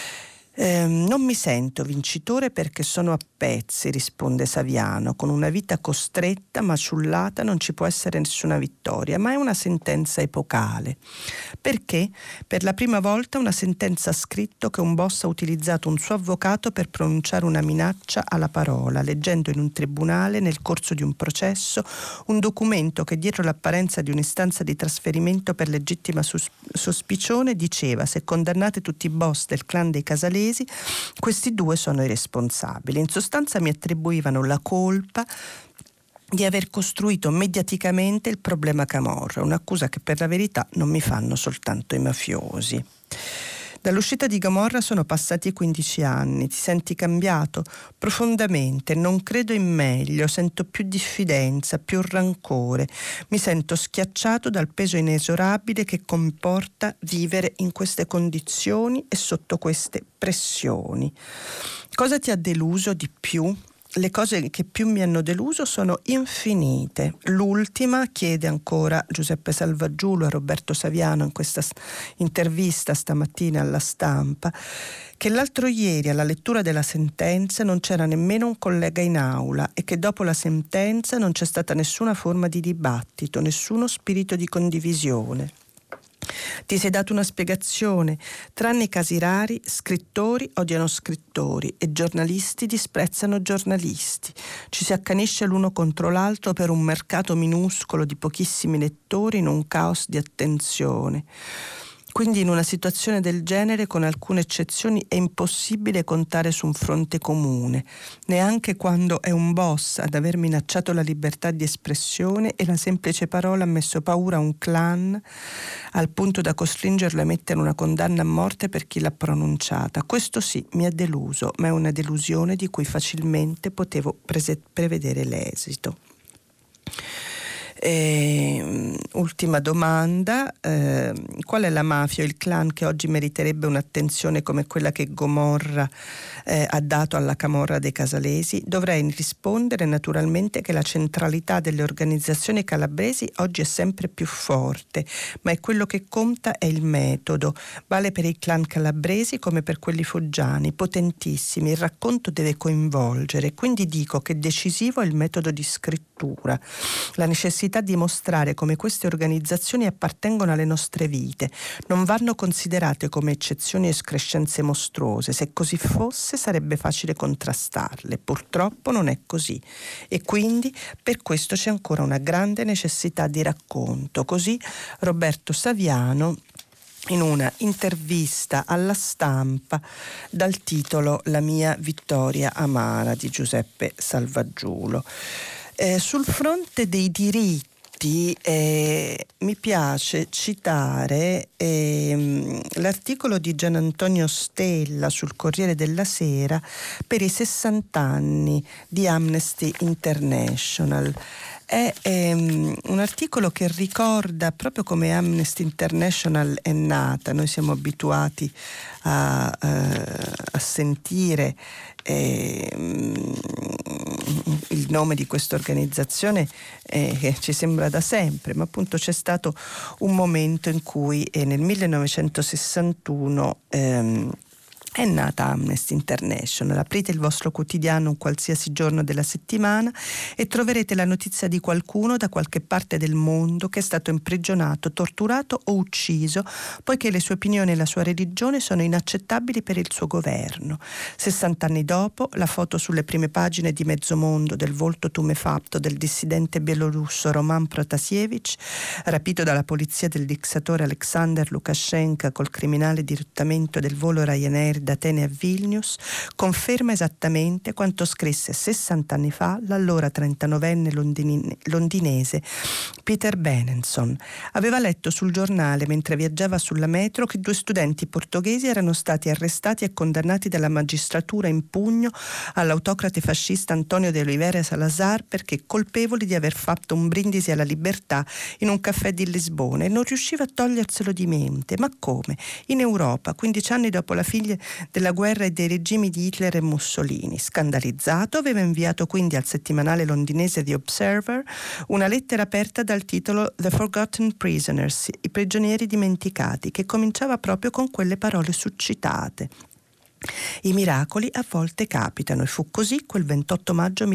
Non mi sento vincitore perché sono a pezzi, risponde Saviano. Con una vita costretta, maciullata, non ci può essere nessuna vittoria, ma è una sentenza epocale. Perché? Per la prima volta una sentenza ha scritto che un boss ha utilizzato un suo avvocato per pronunciare una minaccia alla parola, leggendo in un tribunale, nel corso di un processo, un documento che dietro l'apparenza di un'istanza di trasferimento per legittima sospicione diceva: se condannate tutti i boss del clan dei Casalesi, questi due sono i responsabili. In sostanza mi attribuivano la colpa di aver costruito mediaticamente il problema camorra, un'accusa che per la verità non mi fanno soltanto i mafiosi. Dall'uscita di Gomorra sono passati 15 anni. Ti senti cambiato? Profondamente, non credo in meglio, sento più diffidenza, più rancore. Mi sento schiacciato dal peso inesorabile che comporta vivere in queste condizioni e sotto queste pressioni. Cosa ti ha deluso di più? Le cose che più mi hanno deluso sono infinite. L'ultima, chiede ancora Giuseppe Salvaggiulo a Roberto Saviano in questa intervista stamattina alla Stampa, che l'altro ieri alla lettura della sentenza non c'era nemmeno un collega in aula e che dopo la sentenza non c'è stata nessuna forma di dibattito, nessuno spirito di condivisione. Ti sei dato una spiegazione. Tranne i casi rari, scrittori odiano scrittori e giornalisti disprezzano giornalisti. Ci si accanisce l'uno contro l'altro per un mercato minuscolo di pochissimi lettori in un caos di attenzione. Quindi in una situazione del genere, con alcune eccezioni, è impossibile contare su un fronte comune, neanche quando è un boss ad aver minacciato la libertà di espressione e la semplice parola ha messo paura a un clan al punto da costringerlo a mettere una condanna a morte per chi l'ha pronunciata. Questo sì, mi ha deluso, ma è una delusione di cui facilmente potevo prevedere l'esito. Ultima domanda, qual è la mafia o il clan che oggi meriterebbe un'attenzione come quella che Gomorra ha dato alla camorra dei casalesi? Dovrei rispondere naturalmente che la centralità delle organizzazioni calabresi oggi è sempre più forte, ma è quello che conta è il metodo. Vale per i clan calabresi come per quelli foggiani, potentissimi. Il racconto deve coinvolgere, quindi dico che decisivo è il metodo di scrittura, la necessità di mostrare come queste organizzazioni appartengono alle nostre vite, non vanno considerate come eccezioni o escrescenze mostruose. Se così fosse sarebbe facile contrastarle, purtroppo non è così e quindi per questo c'è ancora una grande necessità di racconto. Così Roberto Saviano in una intervista alla Stampa dal titolo La mia vittoria amara di Giuseppe Salvaggiulo. Sul fronte dei diritti mi piace citare l'articolo di Gian Antonio Stella sul Corriere della Sera per i 60 anni di Amnesty International. È un articolo che ricorda proprio come Amnesty International è nata. Noi siamo abituati a sentire il nome di questa organizzazione che ci sembra da sempre, ma appunto c'è stato un momento in cui nel 1961 è nata Amnesty International. Aprite il vostro quotidiano un qualsiasi giorno della settimana e troverete la notizia di qualcuno da qualche parte del mondo che è stato imprigionato, torturato o ucciso poiché le sue opinioni e la sua religione sono inaccettabili per il suo governo. 60 anni dopo, la foto sulle prime pagine di Mezzo Mondo del volto tumefatto del dissidente bielorusso Roman Protasiewicz, rapito dalla polizia del dittatore Alexander Lukashenko col criminale dirottamento del volo Ryanair da Atene a Vilnius, conferma esattamente quanto scrisse 60 anni fa l'allora 39enne londinese Peter Benenson. Aveva letto sul giornale mentre viaggiava sulla metro che 2 studenti portoghesi erano stati arrestati e condannati dalla magistratura in pugno all'autocrate fascista Antonio de Oliveira Salazar perché colpevoli di aver fatto un brindisi alla libertà in un caffè di Lisbona e non riusciva a toglierselo di mente. Ma come? In Europa, 15 anni dopo la fine della guerra e dei regimi di Hitler e Mussolini. Scandalizzato, aveva inviato quindi al settimanale londinese The Observer una lettera aperta dal titolo The Forgotten Prisoners, i prigionieri dimenticati, che cominciava proprio con quelle parole succitate. I miracoli a volte capitano e fu così quel 28 maggio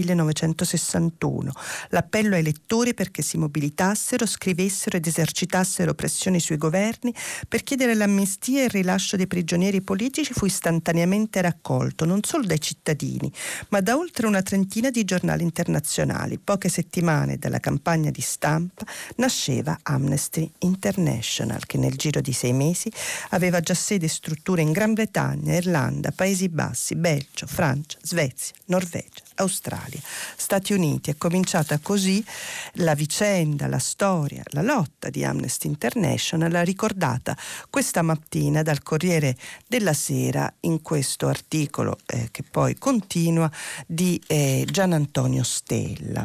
1961. L'appello ai lettori perché si mobilitassero, scrivessero ed esercitassero pressioni sui governi per chiedere l'amnistia e il rilascio dei prigionieri politici fu istantaneamente raccolto non solo dai cittadini, ma da oltre una trentina di giornali internazionali. Poche settimane dalla campagna di stampa nasceva Amnesty International, che nel giro di 6 mesi aveva già sede e strutture in Gran Bretagna, Irlanda, Paesi Bassi, Belgio, Francia, Svezia, Norvegia, Australia, Stati Uniti. È cominciata così la vicenda, la storia, la lotta di Amnesty International, ricordata questa mattina dal Corriere della Sera in questo articolo che poi continua di Gian Antonio Stella.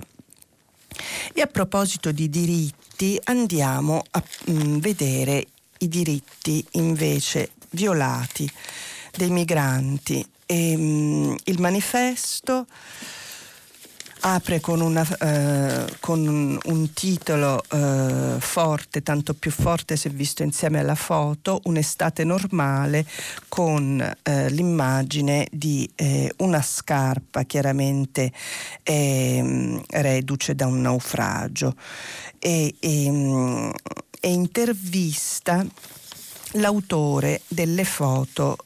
E a proposito di diritti, andiamo a vedere i diritti invece violati dei migranti. Il manifesto apre con un titolo forte, tanto più forte se visto insieme alla foto, Un'estate normale, con l'immagine di una scarpa chiaramente reduce da un naufragio e intervista l'autore delle foto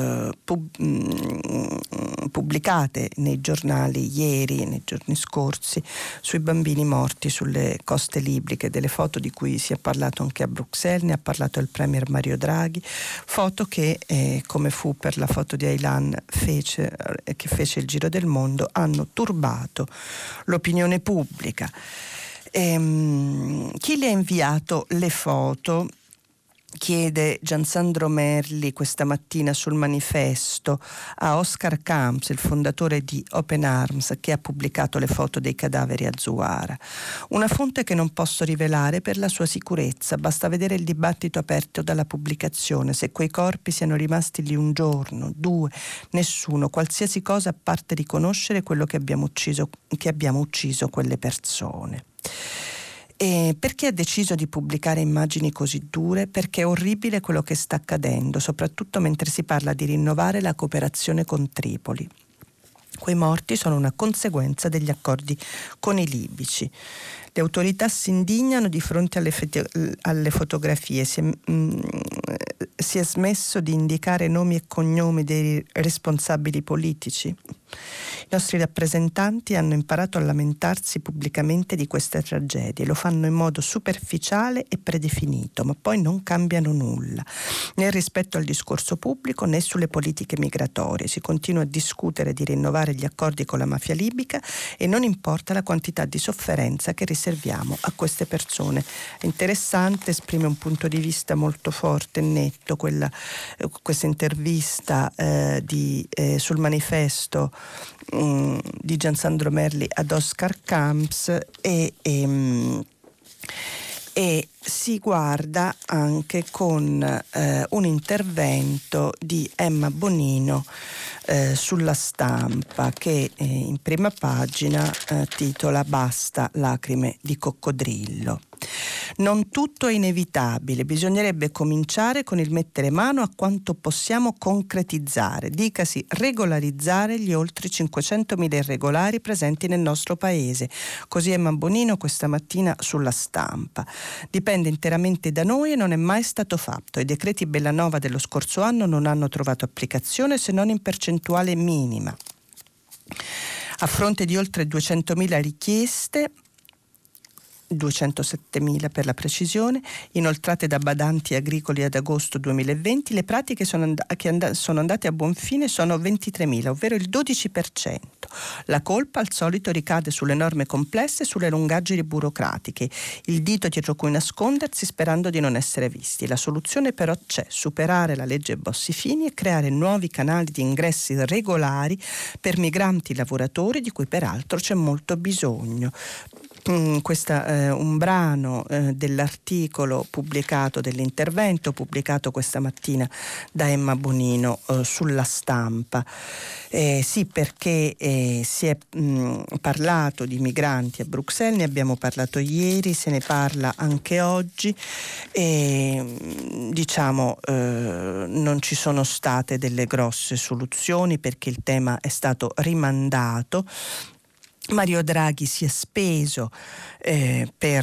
pubblicate nei giornali ieri, nei giorni scorsi, sui bambini morti sulle coste libiche, delle foto di cui si è parlato anche a Bruxelles, ne ha parlato il premier Mario Draghi, foto che, come fu per la foto di Aylan che fece il giro del mondo, hanno turbato l'opinione pubblica. Chi le ha inviato le foto? Chiede Giansandro Merli questa mattina sul Manifesto a Oscar Camps, il fondatore di Open Arms, che ha pubblicato le foto dei cadaveri a Zuwara. Una fonte che non posso rivelare per la sua sicurezza, basta vedere il dibattito aperto dalla pubblicazione, se quei corpi siano rimasti lì un giorno, 2, nessuno, qualsiasi cosa a parte riconoscere quello che abbiamo ucciso quelle persone. E perché ha deciso di pubblicare immagini così dure? Perché è orribile quello che sta accadendo, soprattutto mentre si parla di rinnovare la cooperazione con Tripoli. Quei morti sono una conseguenza degli accordi con i libici. Le autorità si indignano di fronte alle fotografie. Si è smesso di indicare nomi e cognomi dei responsabili politici. I nostri rappresentanti hanno imparato a lamentarsi pubblicamente di queste tragedie. Lo fanno in modo superficiale e predefinito, ma poi non cambiano nulla, né rispetto al discorso pubblico né sulle politiche migratorie. Si continua a discutere di rinnovare gli accordi con la mafia libica e non importa la quantità di sofferenza che riserviamo a queste persone. È interessante, esprime un punto di vista molto forte e netto questa intervista sul Manifesto di Giansandro Merli ad Oscar Camps e si guarda anche con un intervento di Emma Bonino sulla Stampa che in prima pagina titola "Basta lacrime di coccodrillo". Non tutto è inevitabile, bisognerebbe cominciare con il mettere mano a quanto possiamo concretizzare, dicasi regolarizzare gli oltre 500.000 irregolari presenti nel nostro paese. Così Emma Bonino questa mattina sulla Stampa. Dipende interamente da noi e non è mai stato fatto. I decreti Bellanova dello scorso anno non hanno trovato applicazione se non in percentuale minima. A fronte di oltre 200.000 richieste, 207.000 per la precisione, inoltrate da badanti agricoli ad agosto 2020, le pratiche che sono andate a buon fine sono 23.000, ovvero il 12%. La colpa al solito ricade sulle norme complesse e sulle lungaggini burocratiche, il dito dietro cui nascondersi sperando di non essere visti. La soluzione però c'è: superare la legge Bossi-Fini e creare nuovi canali di ingressi regolari per migranti lavoratori, di cui peraltro c'è molto bisogno. Un brano dell'articolo pubblicato, dell'intervento pubblicato questa mattina da Emma Bonino sulla Stampa. Sì, perché si è parlato di migranti a Bruxelles, ne abbiamo parlato ieri, se ne parla anche oggi non ci sono state delle grosse soluzioni perché il tema è stato rimandato. Mario Draghi si è speso per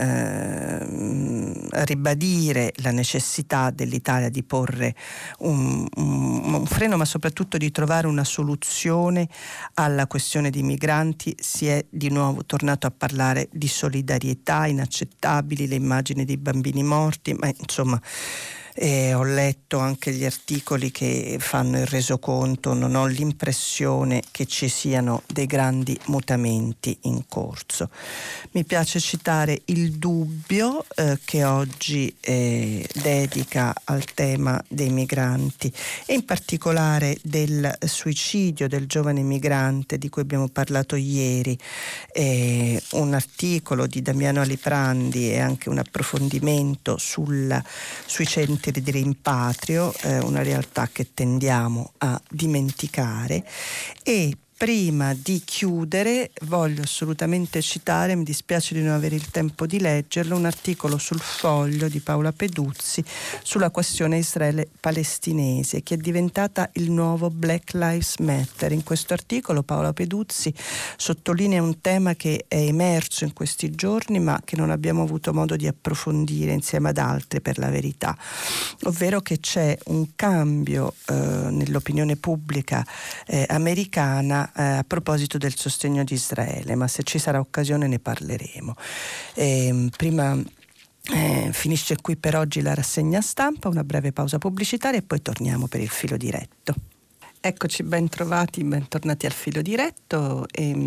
ribadire la necessità dell'Italia di porre un freno, ma soprattutto di trovare una soluzione alla questione dei migranti. Si è di nuovo tornato a parlare di solidarietà, inaccettabili le immagini dei bambini morti, ma insomma ho letto anche gli articoli che fanno il resoconto, non ho l'impressione che ci siano dei grandi mutamenti in corso. Mi piace citare Il Dubbio che oggi dedica al tema dei migranti e in particolare del suicidio del giovane migrante di cui abbiamo parlato ieri, un articolo di Damiano Aliprandi e anche un approfondimento sui centri di rimpatrio, una realtà che tendiamo a dimenticare, e prima di chiudere voglio assolutamente citare, mi dispiace di non avere il tempo di leggerlo, un articolo sul Foglio di Paola Peduzzi sulla questione Israele-palestinese, che è diventata il nuovo Black Lives Matter. In questo articolo Paola Peduzzi sottolinea un tema che è emerso in questi giorni ma che non abbiamo avuto modo di approfondire insieme ad altri, per la verità, ovvero che c'è un cambio nell'opinione pubblica americana a proposito del sostegno di Israele, ma se ci sarà occasione ne parleremo. Prima finisce qui per oggi la rassegna stampa, una breve pausa pubblicitaria e poi torniamo per il filo diretto. Eccoci, bentornati al filo diretto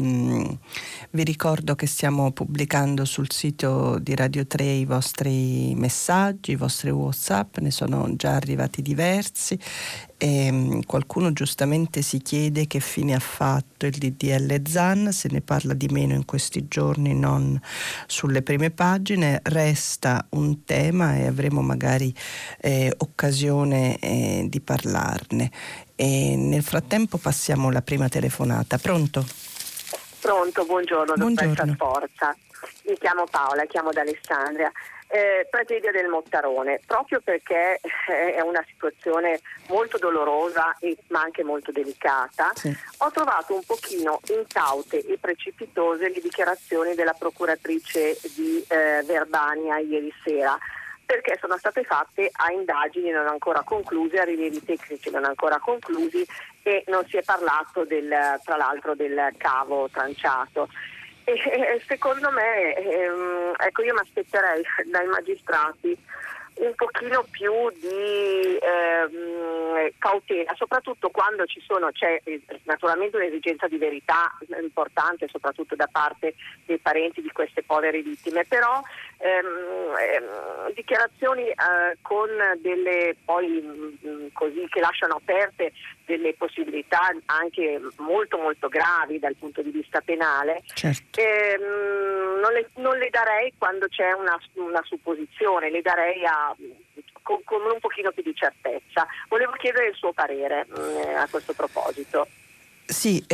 vi ricordo che stiamo pubblicando sul sito di Radio 3 i vostri messaggi, i vostri WhatsApp, ne sono già arrivati diversi e qualcuno giustamente si chiede che fine ha fatto il DDL Zan, se ne parla di meno in questi giorni, non sulle prime pagine, resta un tema e avremo magari occasione di parlarne. E nel frattempo passiamo alla prima telefonata. Pronto? Pronto, buongiorno, dottoressa Sforza. Mi chiamo Paola, chiamo da Alessandria. Tragedia del Mottarone, proprio perché è una situazione molto dolorosa ma anche molto delicata. Sì. Ho trovato un pochino incaute e precipitose le dichiarazioni della procuratrice di Verbania ieri sera, perché sono state fatte a indagini non ancora concluse, a rilievi tecnici non ancora conclusi e non si è parlato tra l'altro del cavo tranciato. E secondo me, io mi aspetterei dai magistrati un pochino più di cautela, soprattutto quando c'è naturalmente un'esigenza di verità importante, soprattutto da parte dei parenti di queste povere vittime, però dichiarazioni con delle così che lasciano aperte delle possibilità anche molto molto gravi dal punto di vista penale. Certo. Non le darei quando c'è una supposizione, le darei con un pochino più di certezza. Volevo chiedere il suo parere a questo proposito. Sì,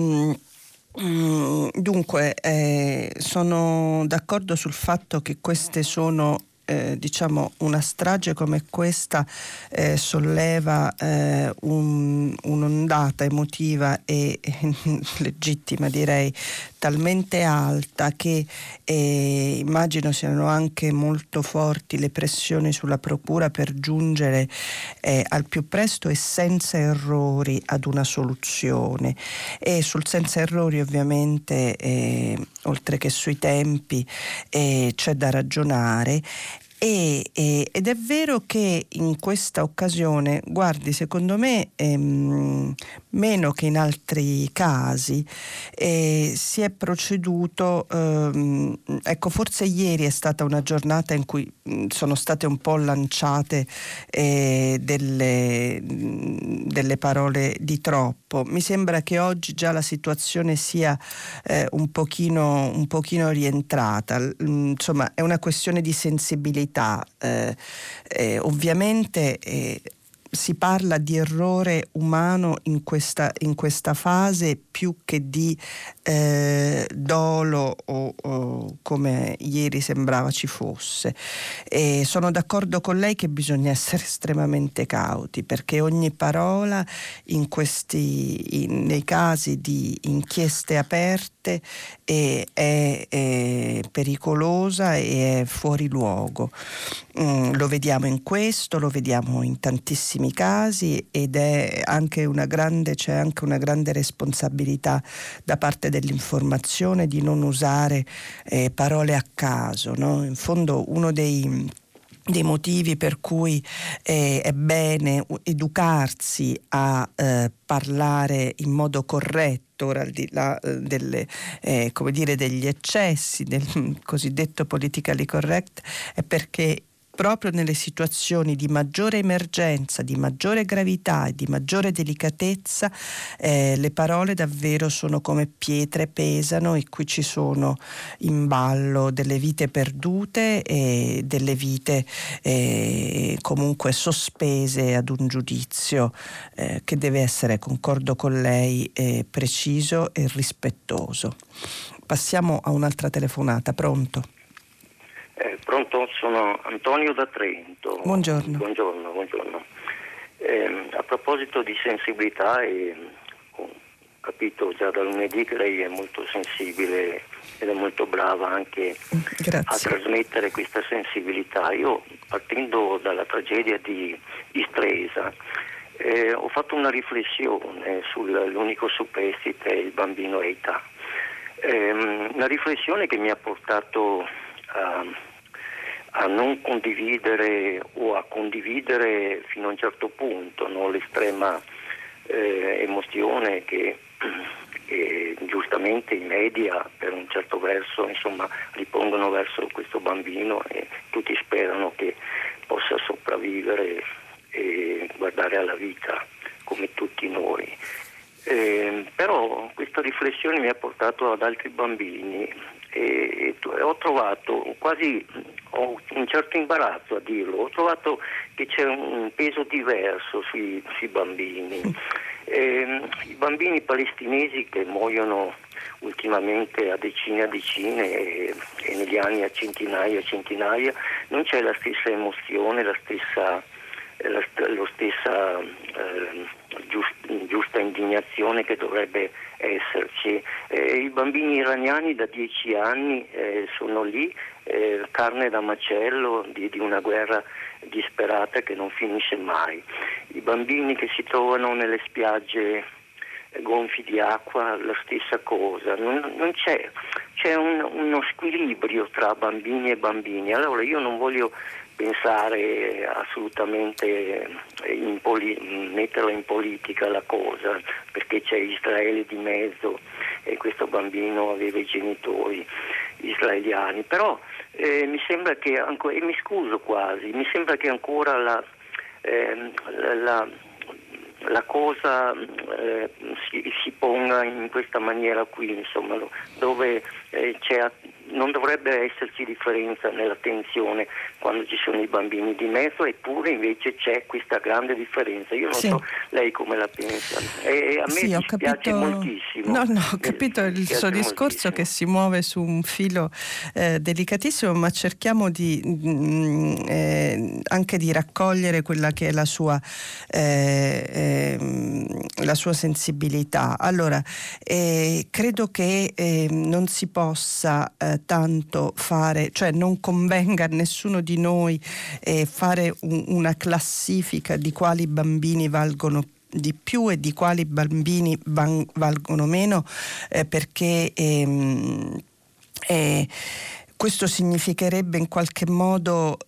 dunque sono d'accordo sul fatto che queste sono una strage come questa solleva un'ondata emotiva e legittima, direi, talmente alta che immagino siano anche molto forti le pressioni sulla procura per giungere al più presto e senza errori ad una soluzione. E sul senza errori ovviamente oltre che sui tempi c'è da ragionare. Ed è vero che in questa occasione, guardi, secondo me meno che in altri casi si è proceduto, forse ieri è stata una giornata in cui sono state un po' lanciate delle parole di troppo. Mi sembra che oggi già la situazione sia un pochino rientrata, insomma è una questione di sensibilità. Ovviamente si parla di errore umano in questa fase più che di dolo o come ieri sembrava ci fosse. E sono d'accordo con lei che bisogna essere estremamente cauti, perché ogni parola nei casi di inchieste aperte è pericolosa e è fuori luogo. Lo vediamo in questo, lo vediamo in tantissimi casi ed c'è anche una grande responsabilità da parte dell'informazione di non usare parole a caso, no? In fondo uno dei motivi per cui è bene educarsi a parlare in modo corretto, ora al di là degli eccessi del cosiddetto politically correct, è perché proprio nelle situazioni di maggiore emergenza, di maggiore gravità e di maggiore delicatezza le parole davvero sono come pietre, pesano, e qui ci sono in ballo delle vite perdute e delle vite comunque sospese ad un giudizio che deve essere, concordo con lei, preciso e rispettoso. Passiamo a un'altra telefonata. Pronto? Pronto, sono Antonio da Trento. Buongiorno. Buongiorno. A proposito di sensibilità, ho capito già da lunedì che lei è molto sensibile ed è molto brava anche a trasmettere questa sensibilità. Io, partendo dalla tragedia di Stresa, ho fatto una riflessione sull'unico superstite, il bambino e età. Una riflessione che mi ha portato a non condividere o a condividere fino a un certo punto, no, l'estrema emozione che giustamente i media per un certo verso ripongono verso questo bambino, e tutti sperano che possa sopravvivere e guardare alla vita come tutti noi. Però questa riflessione mi ha portato ad altri bambini e ho trovato ho un certo imbarazzo a dirlo, ho trovato che c'è un peso diverso sui bambini. I bambini palestinesi che muoiono ultimamente a decine e negli anni a centinaia, non c'è la stessa emozione, la stessa giusta indignazione che dovrebbe esserci. I bambini iraniani da 10 anni sono lì, carne da macello di una guerra disperata che non finisce mai. I bambini che si trovano nelle spiagge gonfi di acqua, la stessa cosa. Non c'è uno squilibrio tra bambini e bambini. Allora io non voglio pensare assolutamente metterla in politica la cosa, perché c'è Israele di mezzo e questo bambino aveva i genitori israeliani, però mi sembra che e mi scuso quasi, mi sembra che ancora la cosa si ponga in questa maniera qui, dove non dovrebbe esserci differenza nell'attenzione quando ci sono i bambini di mezzo, eppure invece c'è questa grande differenza. Io non so lei come la pensa, e a me dispiace moltissimo. No, ho capito il suo discorso, che si muove su un filo delicatissimo, ma cerchiamo anche di raccogliere quella che è la sua sensibilità. Allora, credo che non si possa tanto fare, cioè non convenga a nessuno di noi fare una classifica di quali bambini valgono di più e di quali bambini valgono meno, perché questo significherebbe in qualche modo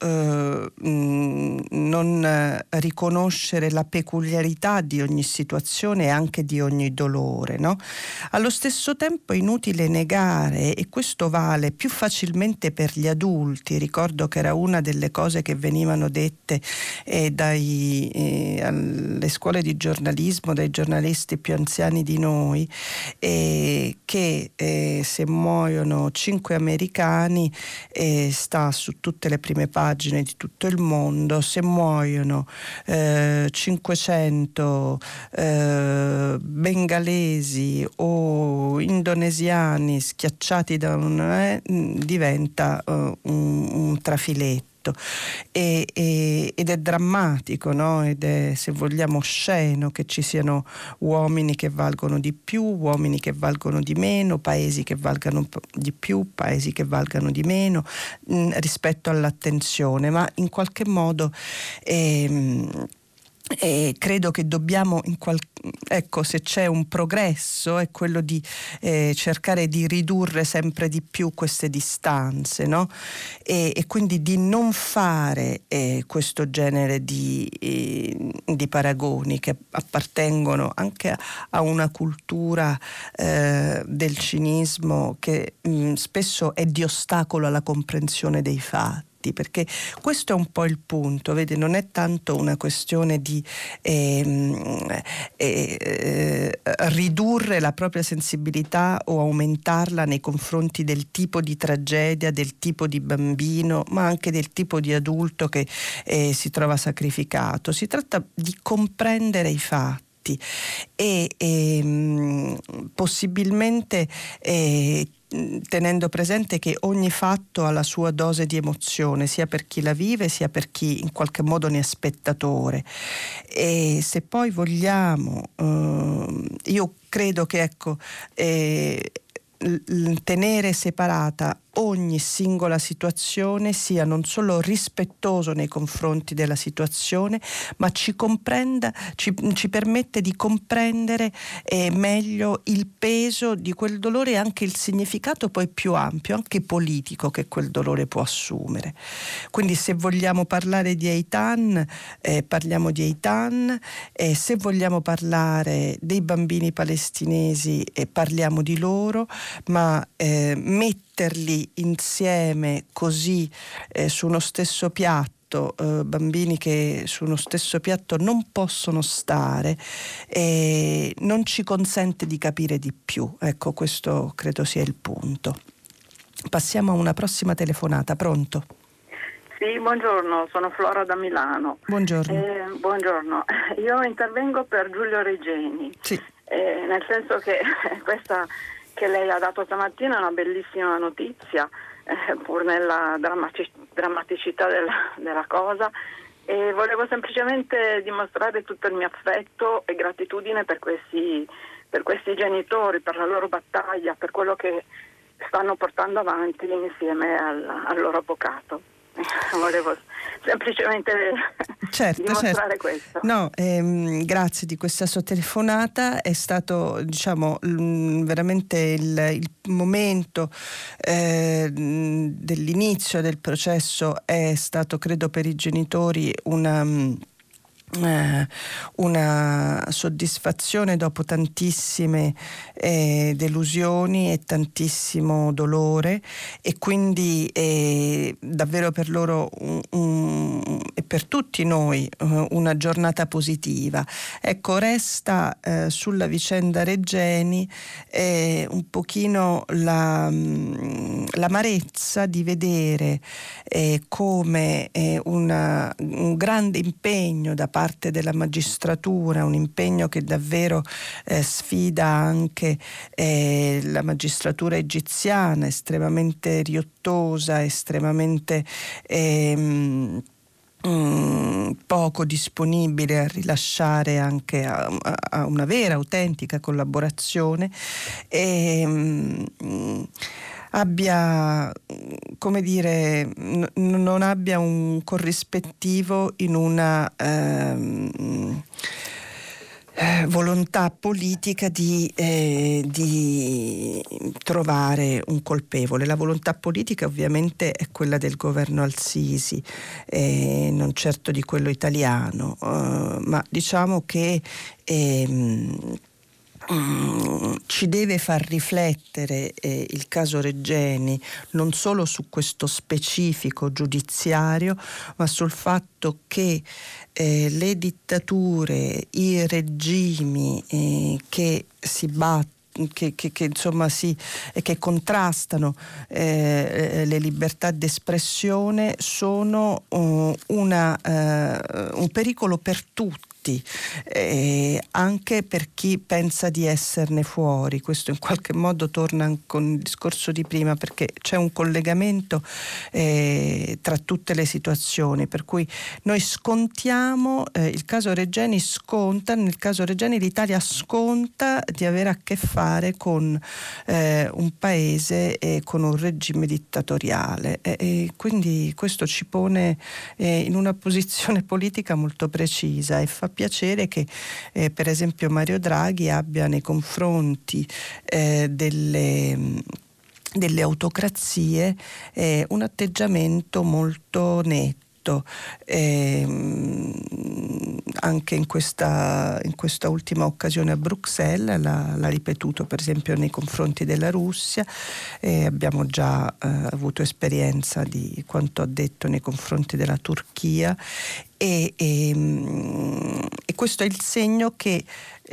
non riconoscere la peculiarità di ogni situazione e anche di ogni dolore, no? Allo stesso tempo è inutile negare, e questo vale più facilmente per gli adulti. Ricordo che era una delle cose che venivano dette alle scuole di giornalismo dai giornalisti più anziani di noi, che se muoiono 5 americani sta su tutte le prime pagine di tutto il mondo. Se muoiono 500 bengalesi o indonesiani schiacciati diventa un trafiletto. Ed è drammatico, no? Ed è, se vogliamo, osceno che ci siano uomini che valgono di più, uomini che valgono di meno, paesi che valgano di più, paesi che valgano di meno rispetto all'attenzione, ma in qualche modo credo che dobbiamo se c'è un progresso è quello di cercare di ridurre sempre di più queste distanze, no? E quindi di non fare questo genere di paragoni che appartengono anche a una cultura del cinismo che spesso è di ostacolo alla comprensione dei fatti. fatti, perché questo è un po' il punto, vede, non è tanto una questione di ridurre la propria sensibilità o aumentarla nei confronti del tipo di tragedia, del tipo di bambino, ma anche del tipo di adulto che si trova sacrificato. Si tratta di comprendere i fatti e possibilmente tenendo presente che ogni fatto ha la sua dose di emozione, sia per chi la vive sia per chi in qualche modo ne è spettatore. E se poi vogliamo, io credo che tenere separata ogni singola situazione sia non solo rispettoso nei confronti della situazione, ma ci permette di comprendere meglio il peso di quel dolore e anche il significato poi più ampio, anche politico, che quel dolore può assumere. Quindi se vogliamo parlare di Eitan, parliamo di Eitan, se vogliamo parlare dei bambini palestinesi, parliamo di loro, ma metterli insieme così su uno stesso piatto, bambini che su uno stesso piatto non possono stare, non ci consente di capire di più. Ecco, questo credo sia il punto. Passiamo a una prossima telefonata. Pronto? Sì, buongiorno, sono Flora da Milano. Buongiorno. Buongiorno, io intervengo per Giulio Regeni, sì. Nel senso che questa che lei ha dato stamattina è una bellissima notizia, pur nella drammaticità della cosa, e volevo semplicemente dimostrare tutto il mio affetto e gratitudine per questi genitori, per la loro battaglia, per quello che stanno portando avanti insieme al loro avvocato. Volevo semplicemente dimostrare questo. No, grazie di questa sua telefonata. È stato, veramente il momento dell'inizio del processo è stato, credo, per i genitori una soddisfazione dopo tantissime delusioni e tantissimo dolore, e quindi davvero per loro e per tutti noi una giornata positiva. Ecco, resta sulla vicenda Regeni un pochino l'amarezza di vedere come un grande impegno da parte della magistratura, un impegno che davvero sfida anche la magistratura egiziana, estremamente riottosa, estremamente poco disponibile a rilasciare anche a una vera, autentica collaborazione, abbia, come dire, non abbia un corrispettivo in una volontà politica di trovare un colpevole. La volontà politica ovviamente è quella del governo Al-Sisi, non certo di quello italiano, ma diciamo che ci deve far riflettere il caso Regeni non solo su questo specifico giudiziario, ma sul fatto che le dittature, i regimi che si battono, che contrastano le libertà d'espressione sono un pericolo per tutti. Anche per chi pensa di esserne fuori. Questo in qualche modo torna con il discorso di prima, perché c'è un collegamento tra tutte le situazioni, per cui noi scontiamo il caso Regeni nel caso Regeni l'Italia sconta di avere a che fare con un paese e con un regime dittatoriale, e quindi questo ci pone in una posizione politica molto precisa, e fa piacere che per esempio Mario Draghi abbia nei confronti delle autocrazie un atteggiamento molto netto, anche in questa ultima occasione a Bruxelles, l'ha ripetuto per esempio nei confronti della Russia, e abbiamo già avuto esperienza di quanto ha detto nei confronti della Turchia, e questo è il segno che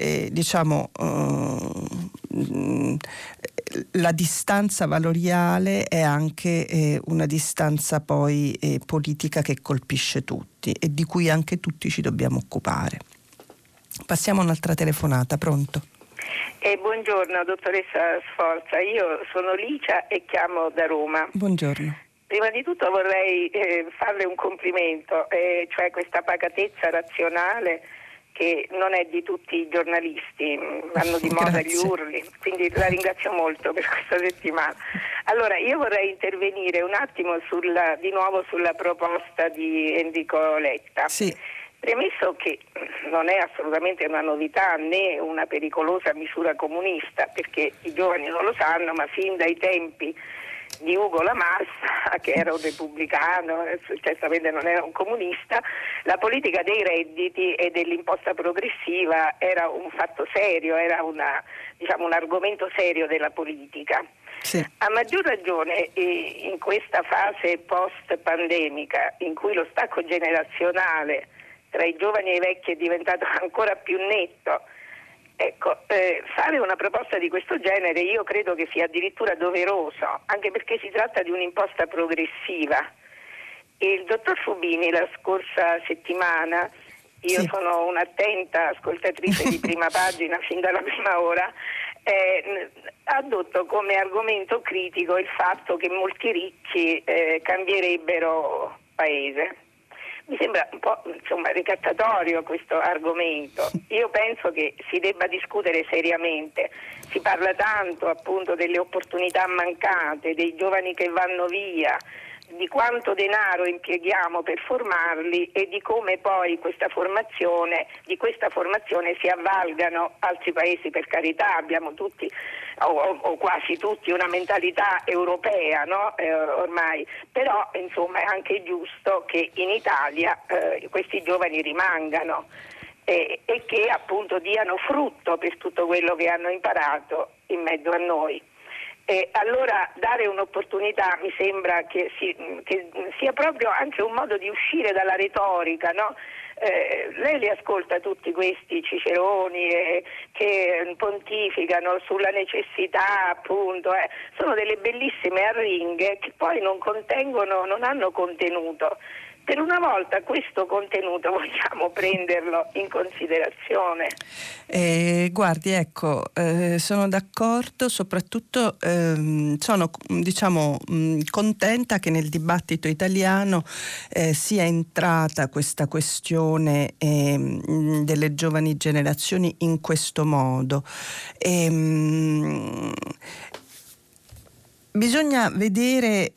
la distanza valoriale è anche una distanza poi politica che colpisce tutti e di cui anche tutti ci dobbiamo occupare. Passiamo a un'altra telefonata, pronto? Buongiorno dottoressa Sforza, io sono Licia e chiamo da Roma. Buongiorno. Prima di tutto vorrei farle un complimento, cioè questa pacatezza razionale che non è di tutti i giornalisti, vanno di moda gli urli, quindi la ringrazio molto per questa settimana. Allora, io vorrei intervenire un attimo di nuovo sulla proposta di Enrico Letta. Sì. Premesso che non è assolutamente una novità né una pericolosa misura comunista, perché i giovani non lo sanno, ma fin dai tempi di Ugo La Massa, che era un repubblicano, certamente non era un comunista, la politica dei redditi e dell'imposta progressiva era un fatto serio, era un argomento serio della politica. Sì. A maggior ragione in questa fase post-pandemica, in cui lo stacco generazionale tra i giovani e i vecchi è diventato ancora più netto, ecco, fare una proposta di questo genere io credo che sia addirittura doveroso, anche perché si tratta di un'imposta progressiva. Il dottor Fubini la scorsa settimana, io sì, sono un'attenta ascoltatrice di Prima Pagina fin dalla prima ora, ha addotto come argomento critico il fatto che molti ricchi cambierebbero paese. Mi sembra un po' ricattatorio questo argomento. Io penso che si debba discutere seriamente. Si parla tanto appunto delle opportunità mancate, dei giovani che vanno via, di quanto denaro impieghiamo per formarli e di come poi di questa formazione si avvalgano altri paesi. Per carità, abbiamo tutti o quasi tutti una mentalità europea, no? Ormai, però insomma è anche giusto che in Italia questi giovani rimangano e che appunto diano frutto per tutto quello che hanno imparato in mezzo a noi. Allora dare un'opportunità mi sembra che sia proprio anche un modo di uscire dalla retorica, no? Lei li ascolta tutti questi ciceroni che pontificano sulla necessità, appunto, sono delle bellissime arringhe che poi non hanno contenuto. Per una volta questo contenuto vogliamo prenderlo in considerazione. Guardi, ecco, sono d'accordo, soprattutto sono contenta che nel dibattito italiano sia entrata questa questione delle giovani generazioni in questo modo. Bisogna vedere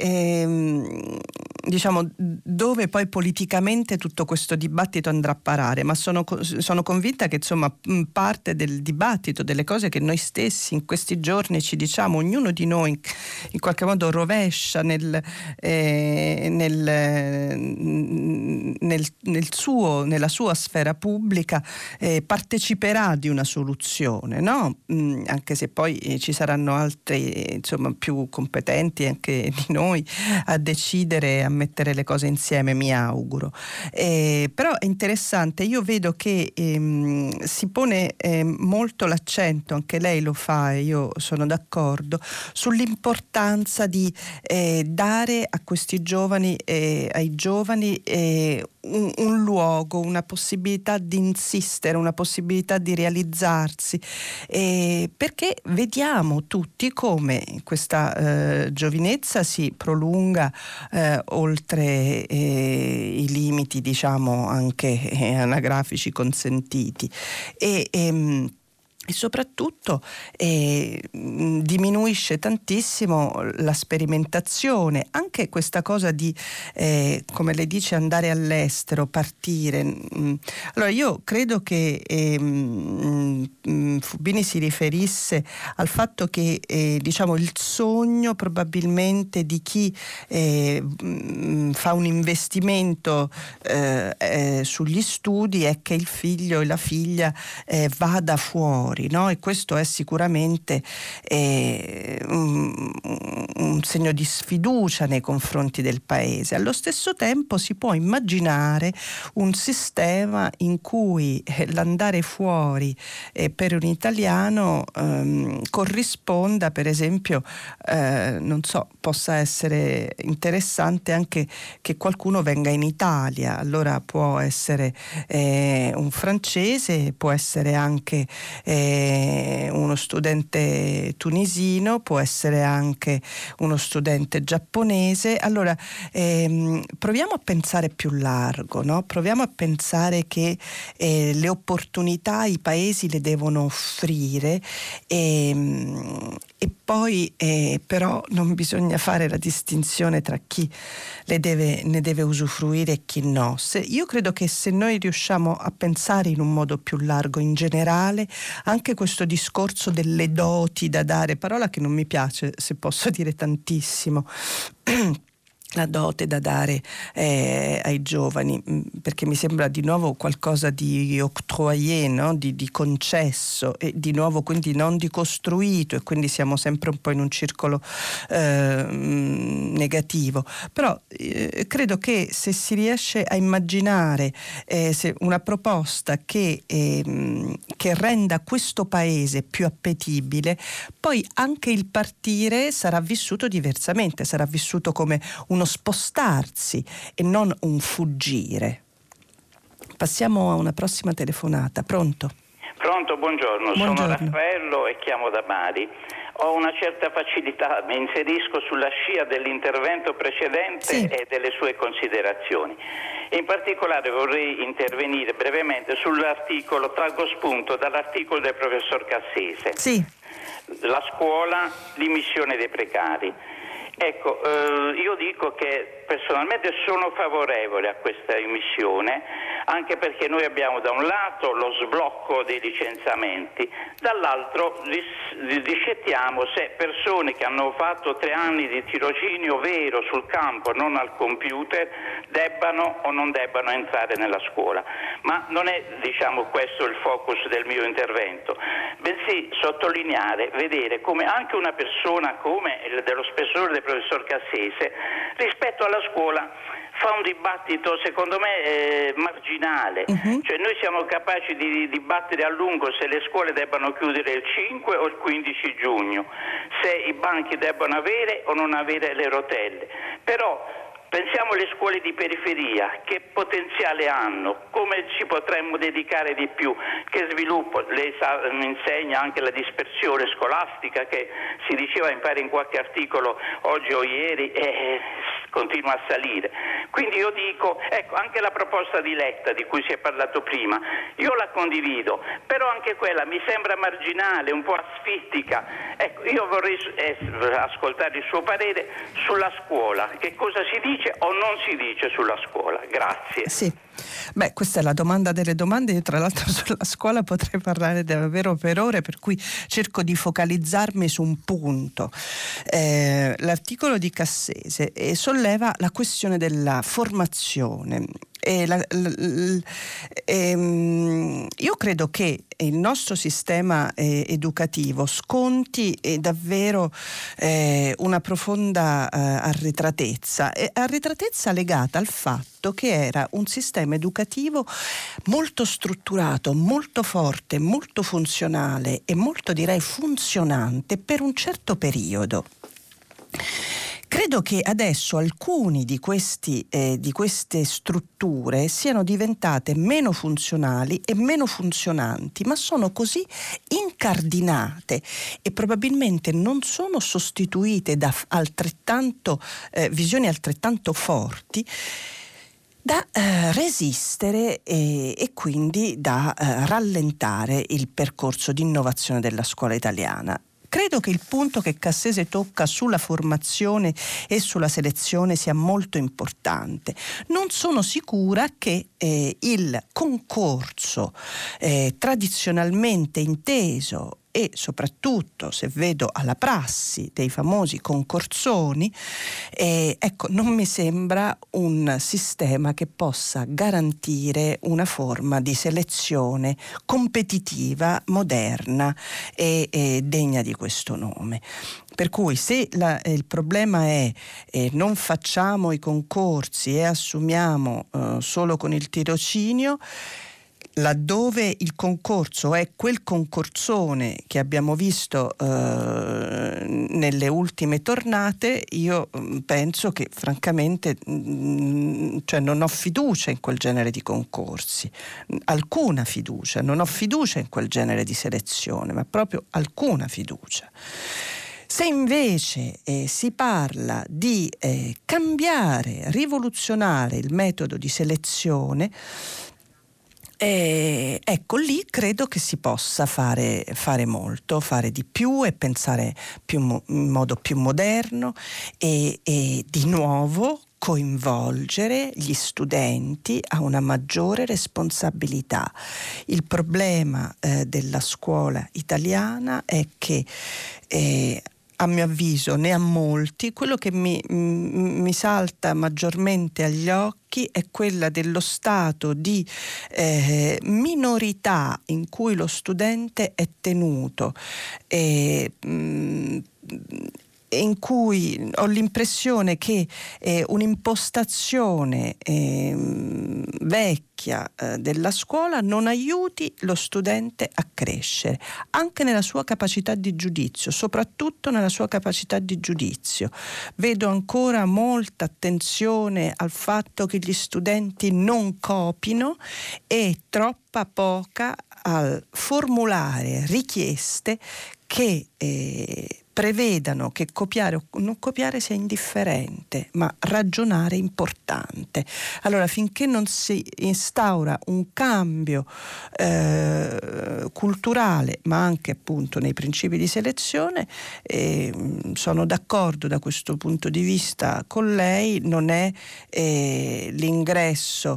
dove poi politicamente tutto questo dibattito andrà a parare, ma sono convinta che parte del dibattito, delle cose che noi stessi in questi giorni ci diciamo, ognuno di noi in qualche modo rovescia nella sua sfera pubblica, parteciperà di una soluzione, no? Anche se poi ci saranno altri più competenti anche di noi a decidere, a mettere le cose insieme, mi auguro. Però è interessante, io vedo che si pone molto l'accento, anche lei lo fa e io sono d'accordo, sull'importanza di dare a questi giovani, ai giovani, un luogo, una possibilità di insistere, una possibilità di realizzarsi, perché vediamo tutti come questa giovinezza si prolunga oltre i limiti anche anagrafici consentiti e soprattutto diminuisce tantissimo la sperimentazione, anche questa cosa di, come lei dice, andare all'estero, partire. Allora io credo che Fubini si riferisse al fatto che diciamo il sogno probabilmente di chi fa un investimento sugli studi è che il figlio e la figlia vada fuori. No? E questo è sicuramente un segno di sfiducia nei confronti del paese. Allo stesso tempo si può immaginare un sistema in cui l'andare fuori per un italiano corrisponda, per esempio, non so, possa essere interessante anche che qualcuno venga in Italia. Allora può essere un francese, può essere anche uno studente tunisino, può essere anche uno studente giapponese. Allora proviamo a pensare più largo, no? Proviamo a pensare che le opportunità i paesi le devono offrire e poi però non bisogna fare la distinzione tra chi ne deve usufruire e chi no. Io credo che se noi riusciamo a pensare in un modo più largo in generale, anche questo discorso delle doti da dare, parola che non mi piace, se posso dire tantissimo, la dote da dare ai giovani, perché mi sembra di nuovo qualcosa di octroyé, no? di concesso, e di nuovo quindi non di costruito, e quindi siamo sempre un po' in un circolo negativo. Però credo che se si riesce a immaginare una proposta che renda questo paese più appetibile, poi anche il partire sarà vissuto diversamente, sarà vissuto come uno spostarsi e non un fuggire. Passiamo a una prossima telefonata. Pronto? Pronto, buongiorno. Sono Raffaello e chiamo da Bari. Ho una certa facilità, mi inserisco sulla scia dell'intervento precedente e delle sue considerazioni. In particolare vorrei intervenire brevemente sull'articolo, traggo spunto dall'articolo del professor Cassese. Sì. La scuola, l'immissione dei precari. Ecco, io dico che personalmente sono favorevole a questa immissione, anche perché noi abbiamo da un lato lo sblocco dei licenziamenti, dall'altro discettiamo se persone che hanno fatto 3 anni di tirocinio vero sul campo, non al computer, debbano o non debbano entrare nella scuola. Ma non è, diciamo, questo il focus del mio intervento, bensì sottolineare, vedere come anche una persona come dello spessore del professor Cassese rispetto alla scuola fa un dibattito secondo me marginale. Cioè noi siamo capaci di dibattere a lungo se le scuole debbano chiudere il 5 o il 15 giugno, se i banchi debbano avere o non avere le rotelle, però pensiamo alle scuole di periferia, che potenziale hanno, come ci potremmo dedicare di più, che sviluppo, lei insegna anche la dispersione scolastica che si diceva in qualche articolo oggi o ieri continua a salire. Quindi io dico, ecco, anche la proposta di Letta di cui si è parlato prima, io la condivido, però anche quella mi sembra marginale, un po' asfittica. Ecco, io vorrei ascoltare il suo parere sulla scuola, che cosa si dice o non si dice sulla scuola. Grazie. Sì. Beh, questa è la domanda delle domande. Io tra l'altro sulla scuola potrei parlare davvero per ore, per cui cerco di focalizzarmi su un punto. L'articolo di Cassese solleva la questione della formazione. Io credo che il nostro sistema educativo sconti davvero una profonda arretratezza legata al fatto che era un sistema educativo molto strutturato, molto forte, molto funzionale e molto, direi, funzionante per un certo periodo. Credo che adesso alcuni di queste strutture siano diventate meno funzionali e meno funzionanti, ma sono così incardinate e probabilmente non sono sostituite da visioni altrettanto forti, da resistere e quindi da rallentare il percorso di innovazione della scuola italiana. Credo che il punto che Cassese tocca sulla formazione e sulla selezione sia molto importante. Non sono sicura che il concorso tradizionalmente inteso e soprattutto se vedo alla prassi dei famosi concorsoni, non mi sembra un sistema che possa garantire una forma di selezione competitiva, moderna e degna di questo nome. Per cui se il problema è non facciamo i concorsi e assumiamo solo con il tirocinio, laddove il concorso è quel concorsone che abbiamo visto nelle ultime tornate, io penso che francamente non ho fiducia in quel genere di concorsi, alcuna fiducia, non ho fiducia in quel genere di selezione, ma proprio alcuna fiducia. Se invece si parla di cambiare, rivoluzionare il metodo di selezione, ecco, lì credo che si possa fare molto, fare di più e pensare in modo più moderno e di nuovo coinvolgere gli studenti a una maggiore responsabilità. Il problema della scuola italiana è che a mio avviso ne ha molti. Quello che mi salta maggiormente agli occhi è quella dello stato di minorità in cui lo studente è tenuto, in cui ho l'impressione che un'impostazione vecchia della scuola non aiuti lo studente a crescere, anche nella sua capacità di giudizio, soprattutto nella sua capacità di giudizio. Vedo ancora molta attenzione al fatto che gli studenti non copino e troppa poca al formulare richieste che prevedano che copiare o non copiare sia indifferente, ma ragionare è importante. Allora, finché non si instaura un cambio culturale, ma anche appunto nei principi di selezione, sono d'accordo da questo punto di vista con lei. Non è l'ingresso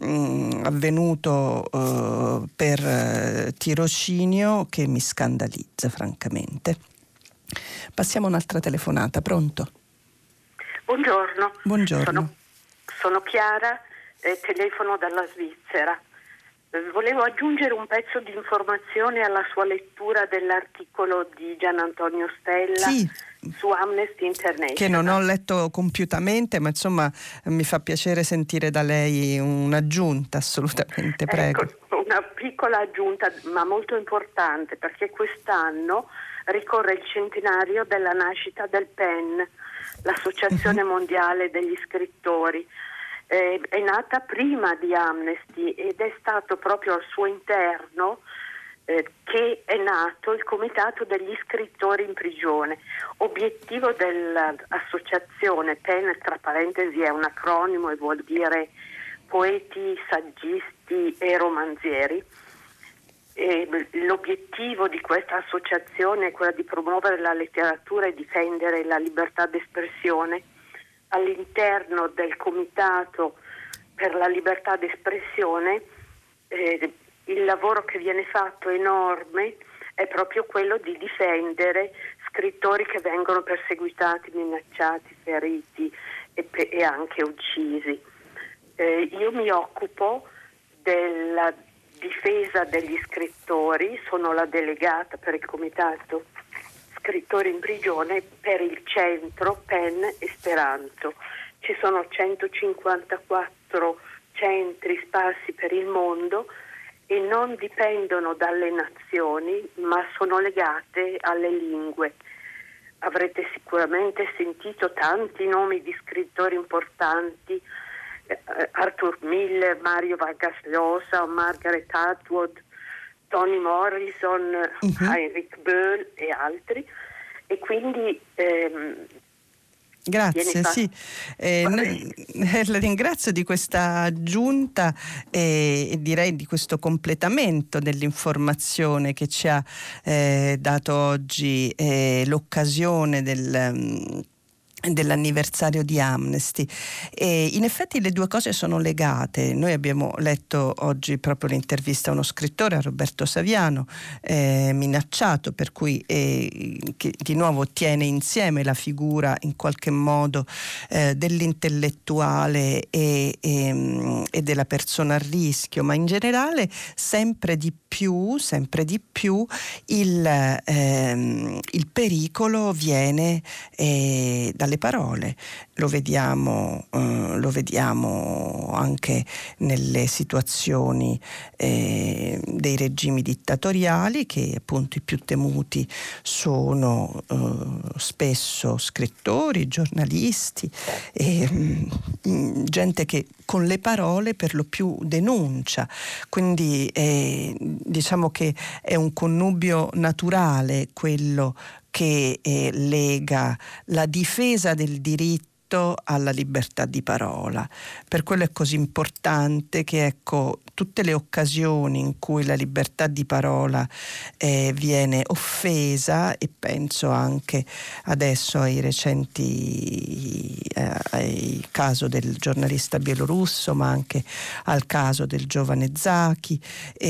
avvenuto per tirocinio che mi scandalizza, francamente. Passiamo a un'altra telefonata. Pronto? Buongiorno. Buongiorno. Sono Chiara, telefono dalla Svizzera. Volevo aggiungere un pezzo di informazione alla sua lettura dell'articolo di Gian Antonio Stella su Amnesty International. Che non ho letto compiutamente, ma insomma mi fa piacere sentire da lei un'aggiunta, assolutamente, prego. Ecco, una piccola aggiunta, ma molto importante, perché quest'anno ricorre il centenario della nascita del PEN, l'Associazione Mondiale degli Scrittori. È nata prima di Amnesty ed è stato proprio al suo interno che è nato il Comitato degli Scrittori in Prigione. Obiettivo dell'associazione, PEN tra parentesi è un acronimo e vuol dire poeti, saggisti e romanzieri. L'obiettivo di questa associazione è quello di promuovere la letteratura e difendere la libertà d'espressione. All'interno del Comitato per la libertà d'espressione il lavoro che viene fatto enorme è proprio quello di difendere scrittori che vengono perseguitati, minacciati, feriti e anche uccisi. Io mi occupo della difesa degli scrittori, sono la delegata per il Comitato Scrittori in Prigione per il centro PEN Esperanto. Ci sono 154 centri sparsi per il mondo e non dipendono dalle nazioni, ma sono legate alle lingue. Avrete sicuramente sentito tanti nomi di scrittori importanti, Arthur Miller, Mario Vargas Llosa, Margaret Atwood, Toni Morrison, Heinrich Böll e altri, e quindi Grazie, sì. La ringrazio di questa aggiunta e direi di questo completamento dell'informazione che ci ha dato oggi l'occasione dell'anniversario di Amnesty. E in effetti le due cose sono legate. Noi abbiamo letto oggi proprio l'intervista a uno scrittore, a Roberto Saviano, minacciato, per cui che di nuovo tiene insieme la figura in qualche modo dell'intellettuale e della persona a rischio, ma in generale sempre di più il pericolo viene dalle parole. Lo vediamo anche nelle situazioni dei regimi dittatoriali, che appunto i più temuti sono spesso scrittori, giornalisti, gente che con le parole per lo più denuncia. Quindi diciamo che è un connubio naturale quello che lega la difesa del diritto alla libertà di parola. Per quello è così importante che, ecco, tutte le occasioni in cui la libertà di parola viene offesa, e penso anche adesso ai caso del giornalista bielorusso, ma anche al caso del giovane Zaki,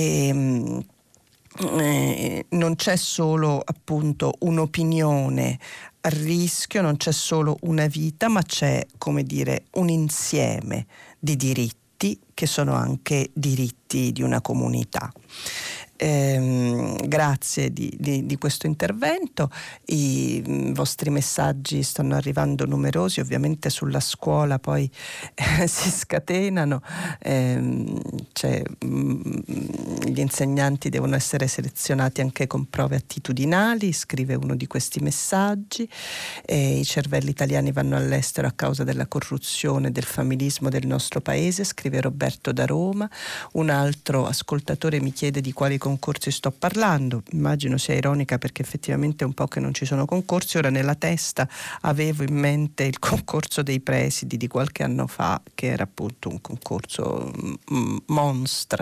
non c'è solo appunto un'opinione a rischio, non c'è solo una vita, ma c'è, come dire, un insieme di diritti che sono anche diritti di una comunità. Grazie di questo intervento. I vostri messaggi stanno arrivando numerosi, ovviamente sulla scuola poi si scatenano, gli insegnanti devono essere selezionati anche con prove attitudinali, scrive uno di questi messaggi, i cervelli italiani vanno all'estero a causa della corruzione, del familismo del nostro paese, scrive Roberto da Roma. Un altro ascoltatore mi chiede di quali concorsi sto parlando, immagino sia ironica perché effettivamente è un po' che non ci sono concorsi. Ora nella testa avevo in mente il concorso dei presidi di qualche anno fa, che era appunto un concorso monstre,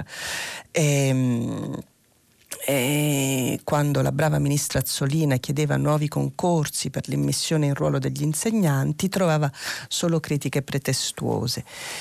quando la brava ministra Azzolina chiedeva nuovi concorsi per l'immissione in ruolo degli insegnanti, trovava solo critiche pretestuose.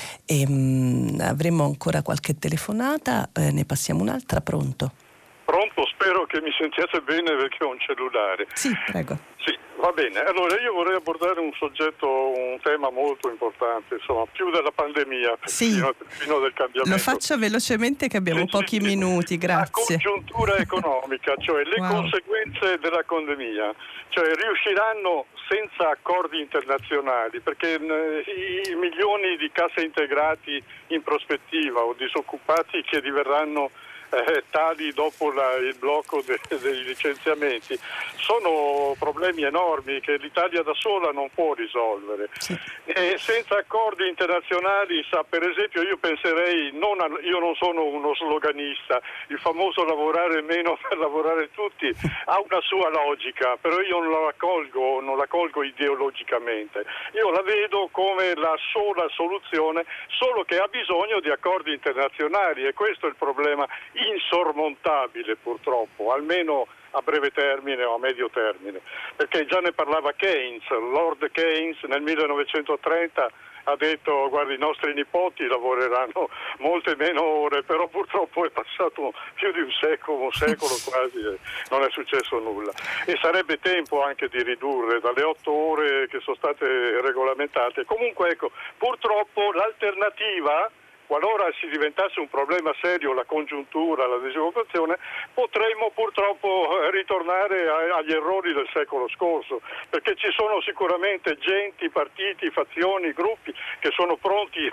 Avremo ancora qualche telefonata, ne passiamo un'altra. Pronto? Pronto, spero che mi sentiate bene perché ho un cellulare. Sì, prego. Sì, va bene. Allora io vorrei abbordare un tema molto importante, insomma, più della pandemia, sì, fino del cambiamento. Lo faccio velocemente che abbiamo pochi minuti, grazie. La congiuntura economica, cioè le conseguenze della pandemia, cioè riusciranno senza accordi internazionali, perché i milioni di cassa integrati in prospettiva o disoccupati che diverranno tali dopo il blocco dei licenziamenti sono problemi enormi che l'Italia da sola non può risolvere. Sì. E senza accordi internazionali, per esempio, io penserei, io non sono uno sloganista, il famoso lavorare meno per lavorare tutti ha una sua logica, però io non la colgo ideologicamente. Io la vedo come la sola soluzione, solo che ha bisogno di accordi internazionali, e questo è il problema insormontabile purtroppo, almeno a breve termine o a medio termine, perché già ne parlava Keynes. Lord Keynes nel 1930 ha detto: guardi, i nostri nipoti lavoreranno molte meno ore, però purtroppo è passato più di un secolo quasi e non è successo nulla, e sarebbe tempo anche di ridurre dalle 8 ore che sono state regolamentate. Comunque ecco, purtroppo l'alternativa, qualora si diventasse un problema serio la congiuntura, la disoccupazione, potremmo purtroppo ritornare agli errori del secolo scorso, perché ci sono sicuramente genti, partiti, fazioni, gruppi che sono pronti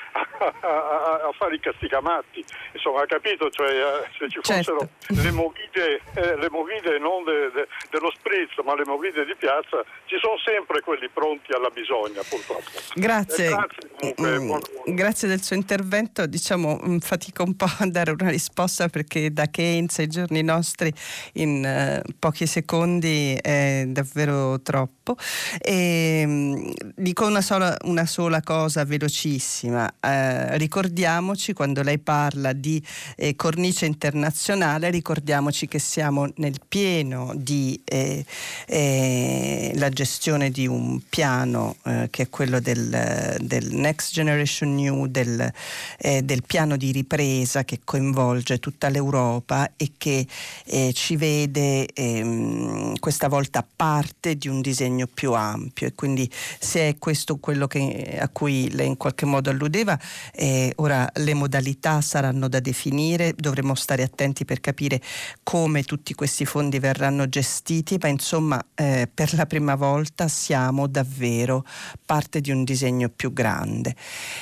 a fare i casticamatti. Insomma, ha capito? Cioè, se ci fossero le movide non dello spritz, ma le movide di piazza, ci sono sempre quelli pronti alla bisogna, purtroppo. Grazie. Grazie del suo intervento. Diciamo, fatico un po' a dare una risposta perché da Keynes ai giorni nostri in pochi secondi è davvero troppo. troppo. Dico una sola cosa velocissima. Ricordiamoci, quando lei parla di cornice internazionale, ricordiamoci che siamo nel pieno di la gestione di un piano che è quello del Next Generation New, del piano di ripresa che coinvolge tutta l'Europa e che ci vede questa volta parte di un disegno più ampio, e quindi se è questo quello a cui lei in qualche modo alludeva, ora le modalità saranno da definire, dovremo stare attenti per capire come tutti questi fondi verranno gestiti, ma insomma per la prima volta siamo davvero parte di un disegno più grande.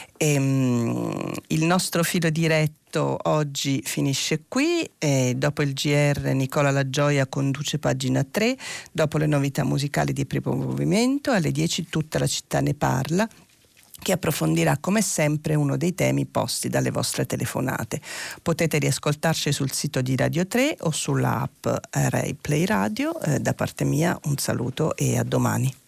Il nostro filo diretto oggi finisce qui, dopo il GR Nicola La Gioia conduce Pagina 3, dopo le novità musicali di Primo Movimento alle 10 Tutta la città ne parla, che approfondirà come sempre uno dei temi posti dalle vostre telefonate. Potete riascoltarci sul sito di Radio 3 o sulla app Rai Play Radio. Da parte mia un saluto e a domani.